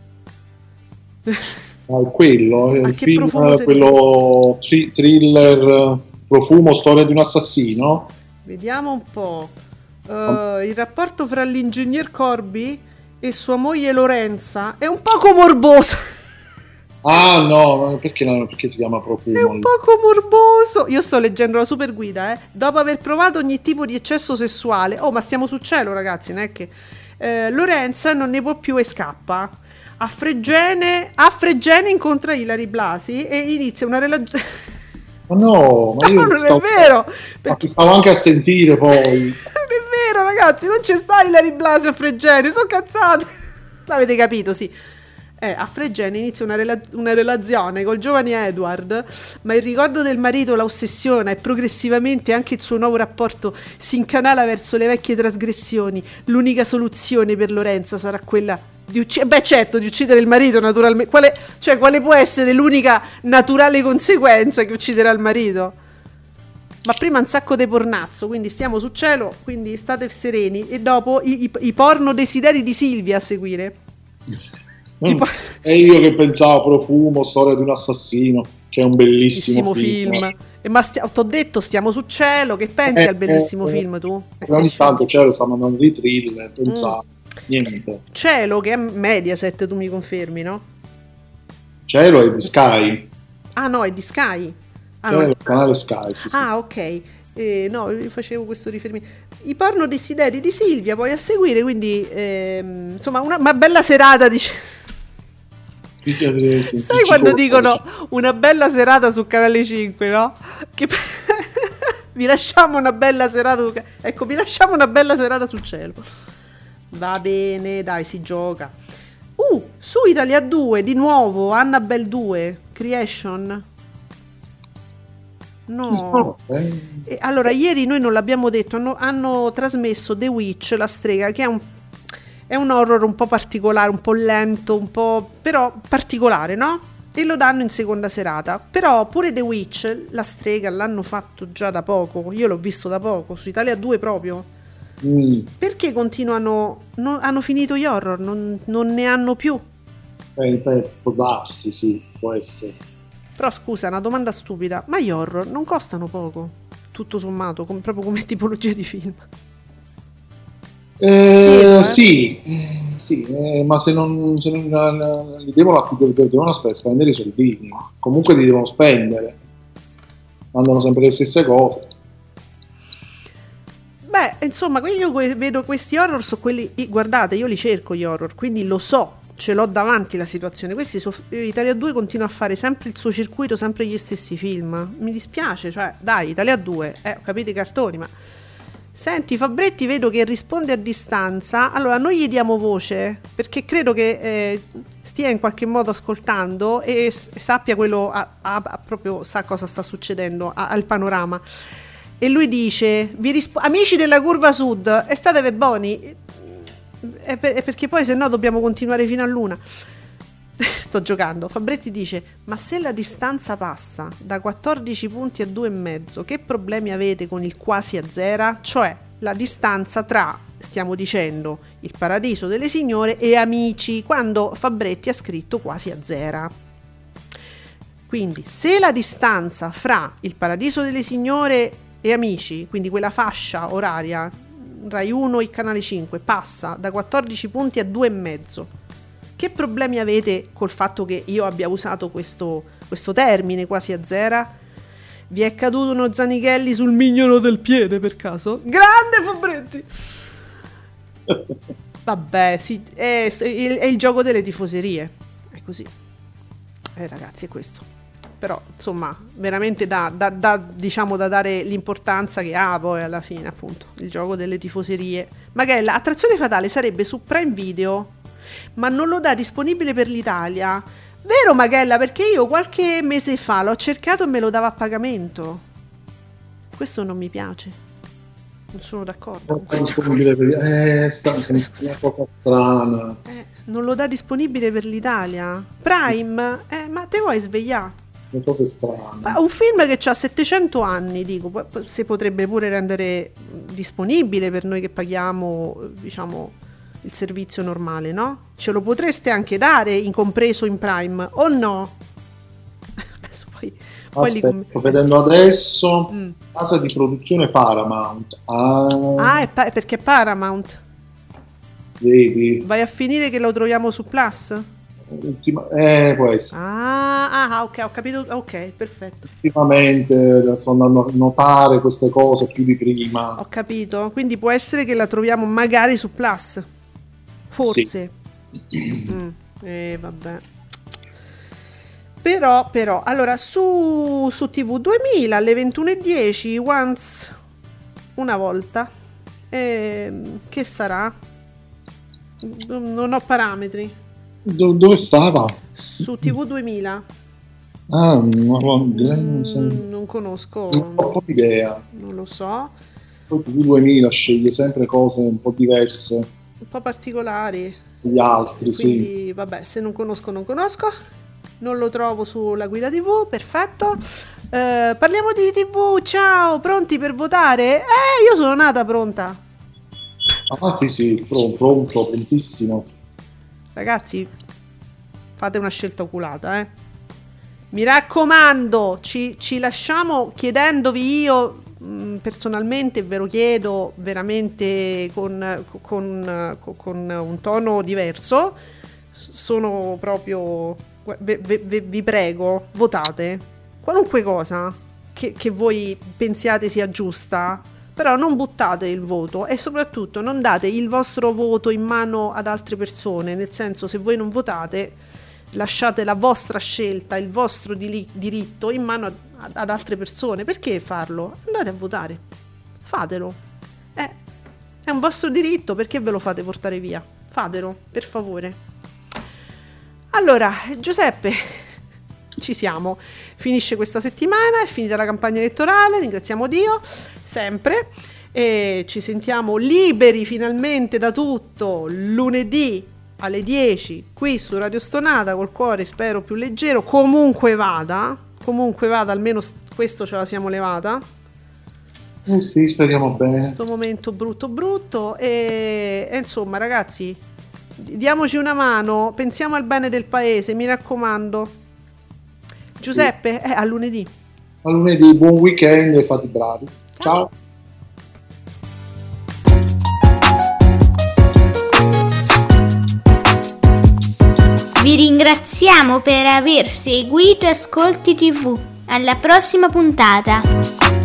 Quello, il film, quello thriller, Profumo, storia di un assassino. Vediamo un po'. Il rapporto fra l'ingegner Corby e sua moglie Lorenza è un poco morboso. Ah no, perché si chiama Profumo? È un poco morboso. Io sto leggendo la super guida, dopo aver provato ogni tipo di eccesso sessuale. Ma stiamo su Cielo, ragazzi, non è che Lorenza non ne può più e scappa. A Fregene incontra Ilary Blasi e inizia una relazione. Ma no, ma io non è vero, perché stavo anche a sentire poi. Non è vero, ragazzi, non c'è sta Ilary Blasi a Fregene, sono cazzate. L'avete capito, sì. A Fregene inizia una relazione col giovane Edward, ma il ricordo del marito la ossessiona e progressivamente anche il suo nuovo rapporto si incanala verso le vecchie trasgressioni. L'unica soluzione per Lorenza sarà quella di uccidere il marito, naturalmente. Quale può essere l'unica naturale conseguenza che ucciderà il marito? Ma prima un sacco di pornazzo, quindi stiamo su Cielo, quindi state sereni. E dopo i porno desideri di Silvia a seguire. E io che pensavo Profumo, storia di un assassino, che è un bellissimo film. Ma t'ho detto, stiamo su Cielo, che pensi al bellissimo film tu? Ogni tanto Cielo sta mandando di thriller, pensavo. Niente. Cielo, che è Mediaset, tu mi confermi, no? Cielo è di Sky. Ah no, è di Sky. Cielo è il canale Sky, sì. Ok. No, io facevo questo riferimento. I porno desideri di Silvia poi a seguire, quindi insomma una bella serata, dice. Sai quando dicono una bella serata su Canale 5, no? Che vi lasciamo una bella serata vi lasciamo una bella serata sul Cielo. Va bene, dai, si gioca. Su Italia 2 di nuovo Annabelle 2 Creation. No. E allora, ieri noi non l'abbiamo detto, hanno trasmesso The Witch, la strega, che è un horror un po' particolare, un po' lento, un po' però particolare, no? E lo danno in seconda serata. Però pure The Witch, la strega, l'hanno fatto già da poco. Io l'ho visto da poco, su Italia 2 proprio. Perché continuano? Hanno finito gli horror, non ne hanno più. Può darsi, sì, può essere. Però scusa, una domanda stupida, ma gli horror non costano poco? Tutto sommato, proprio come tipologia di film? Sì, ma se non li devono spendere i soldini, comunque li devono spendere, mandano sempre le stesse cose. Beh, insomma, io vedo questi horror, sono quelli, guardate, io li cerco gli horror, quindi lo so, ce l'ho davanti la situazione. Questi Italia 2 continua a fare sempre il suo circuito, sempre gli stessi film. Mi dispiace, cioè, dai, Italia 2, ho capito i cartoni, ma senti, Fabretti vedo che risponde a distanza. Allora, noi gli diamo voce perché credo che stia in qualche modo ascoltando e sappia quello, proprio sa cosa sta succedendo, ha il panorama. E lui dice: amici della curva sud, state buoni, perché poi se no dobbiamo continuare fino all'una. Sto giocando. Fabretti dice: ma se la distanza passa da 14 punti a 2,5, che problemi avete con il quasi a zero? Cioè la distanza tra, stiamo dicendo, il Paradiso delle Signore e Amici, quando Fabretti ha scritto quasi a zero. Quindi se la distanza fra il Paradiso delle Signore e Amici, quindi quella fascia oraria Rai 1 e Canale 5, passa da 14 punti a 2,5, che problemi avete col fatto che io abbia usato questo termine quasi a zero? Vi è caduto uno Zanichelli sul mignolo del piede per caso? Grande Fabretti! Vabbè, sì, è il gioco delle tifoserie, è così, ragazzi, è questo. Però insomma veramente diciamo da dare l'importanza che ha poi alla fine, appunto, il gioco delle tifoserie. Magari l'attrazione fatale sarebbe su Prime Video, ma non lo dà disponibile per l'Italia, vero Magella? Perché io qualche mese fa l'ho cercato e me lo dava a pagamento. Questo non mi piace, non sono d'accordo. È una cosa strana. Non lo dà disponibile per l'Italia. Prime, ma te vuoi svegliare? Cose strane. Un film che ha 700 anni, dico, si potrebbe pure rendere disponibile per noi che paghiamo, diciamo, il servizio normale, no? Ce lo potreste anche dare incompreso in Prime o no? Adesso poi sto vedendo adesso casa di produzione Paramount. Perché Paramount? Vedi? Vai a finire che lo troviamo su Plus? Può essere. Ok, ho capito. Ok, perfetto. Ultimamente sto andando a notare queste cose più di prima. Ho capito. Quindi può essere che la troviamo magari su Plus. Forse. Sì. Vabbè. Però allora su TV 2000 alle 21:10 Once una volta. Che sarà? Non ho parametri. Dove stava? Su TV 2000. Non conosco. Non ho idea. Non lo so. Poi TV 2000 sceglie sempre cose un po' diverse, un po' particolari gli altri. Quindi, sì. Vabbè, se non conosco, non lo trovo sulla guida TV. Perfetto. Parliamo di TV. Ciao, pronti per votare? Io sono nata pronta. Sì, prontissimo. Ragazzi, fate una scelta oculata, mi raccomando, ci lasciamo chiedendovi, io personalmente ve lo chiedo veramente con un tono diverso, sono proprio, vi prego, votate qualunque cosa che voi pensiate sia giusta. Però non buttate il voto e soprattutto non date il vostro voto in mano ad altre persone, nel senso, se voi non votate lasciate la vostra scelta, il vostro diritto in mano ad altre persone. Perché farlo? Andate a votare, fatelo, è un vostro diritto, perché ve lo fate portare via? Fatelo, per favore. Allora, Giuseppe, ci siamo. Finisce questa settimana, è finita la campagna elettorale, ringraziamo Dio sempre, e ci sentiamo liberi finalmente da tutto lunedì alle 10 qui su Radio Stonata, col cuore spero più leggero, comunque vada, almeno questo ce la siamo levata. Sì, speriamo bene. Questo momento brutto e insomma, ragazzi, diamoci una mano, pensiamo al bene del paese, mi raccomando. Giuseppe, a lunedì. A lunedì, buon weekend e fate bravi. Ciao. Vi ringraziamo per aver seguito Ascolti TV. Alla prossima puntata.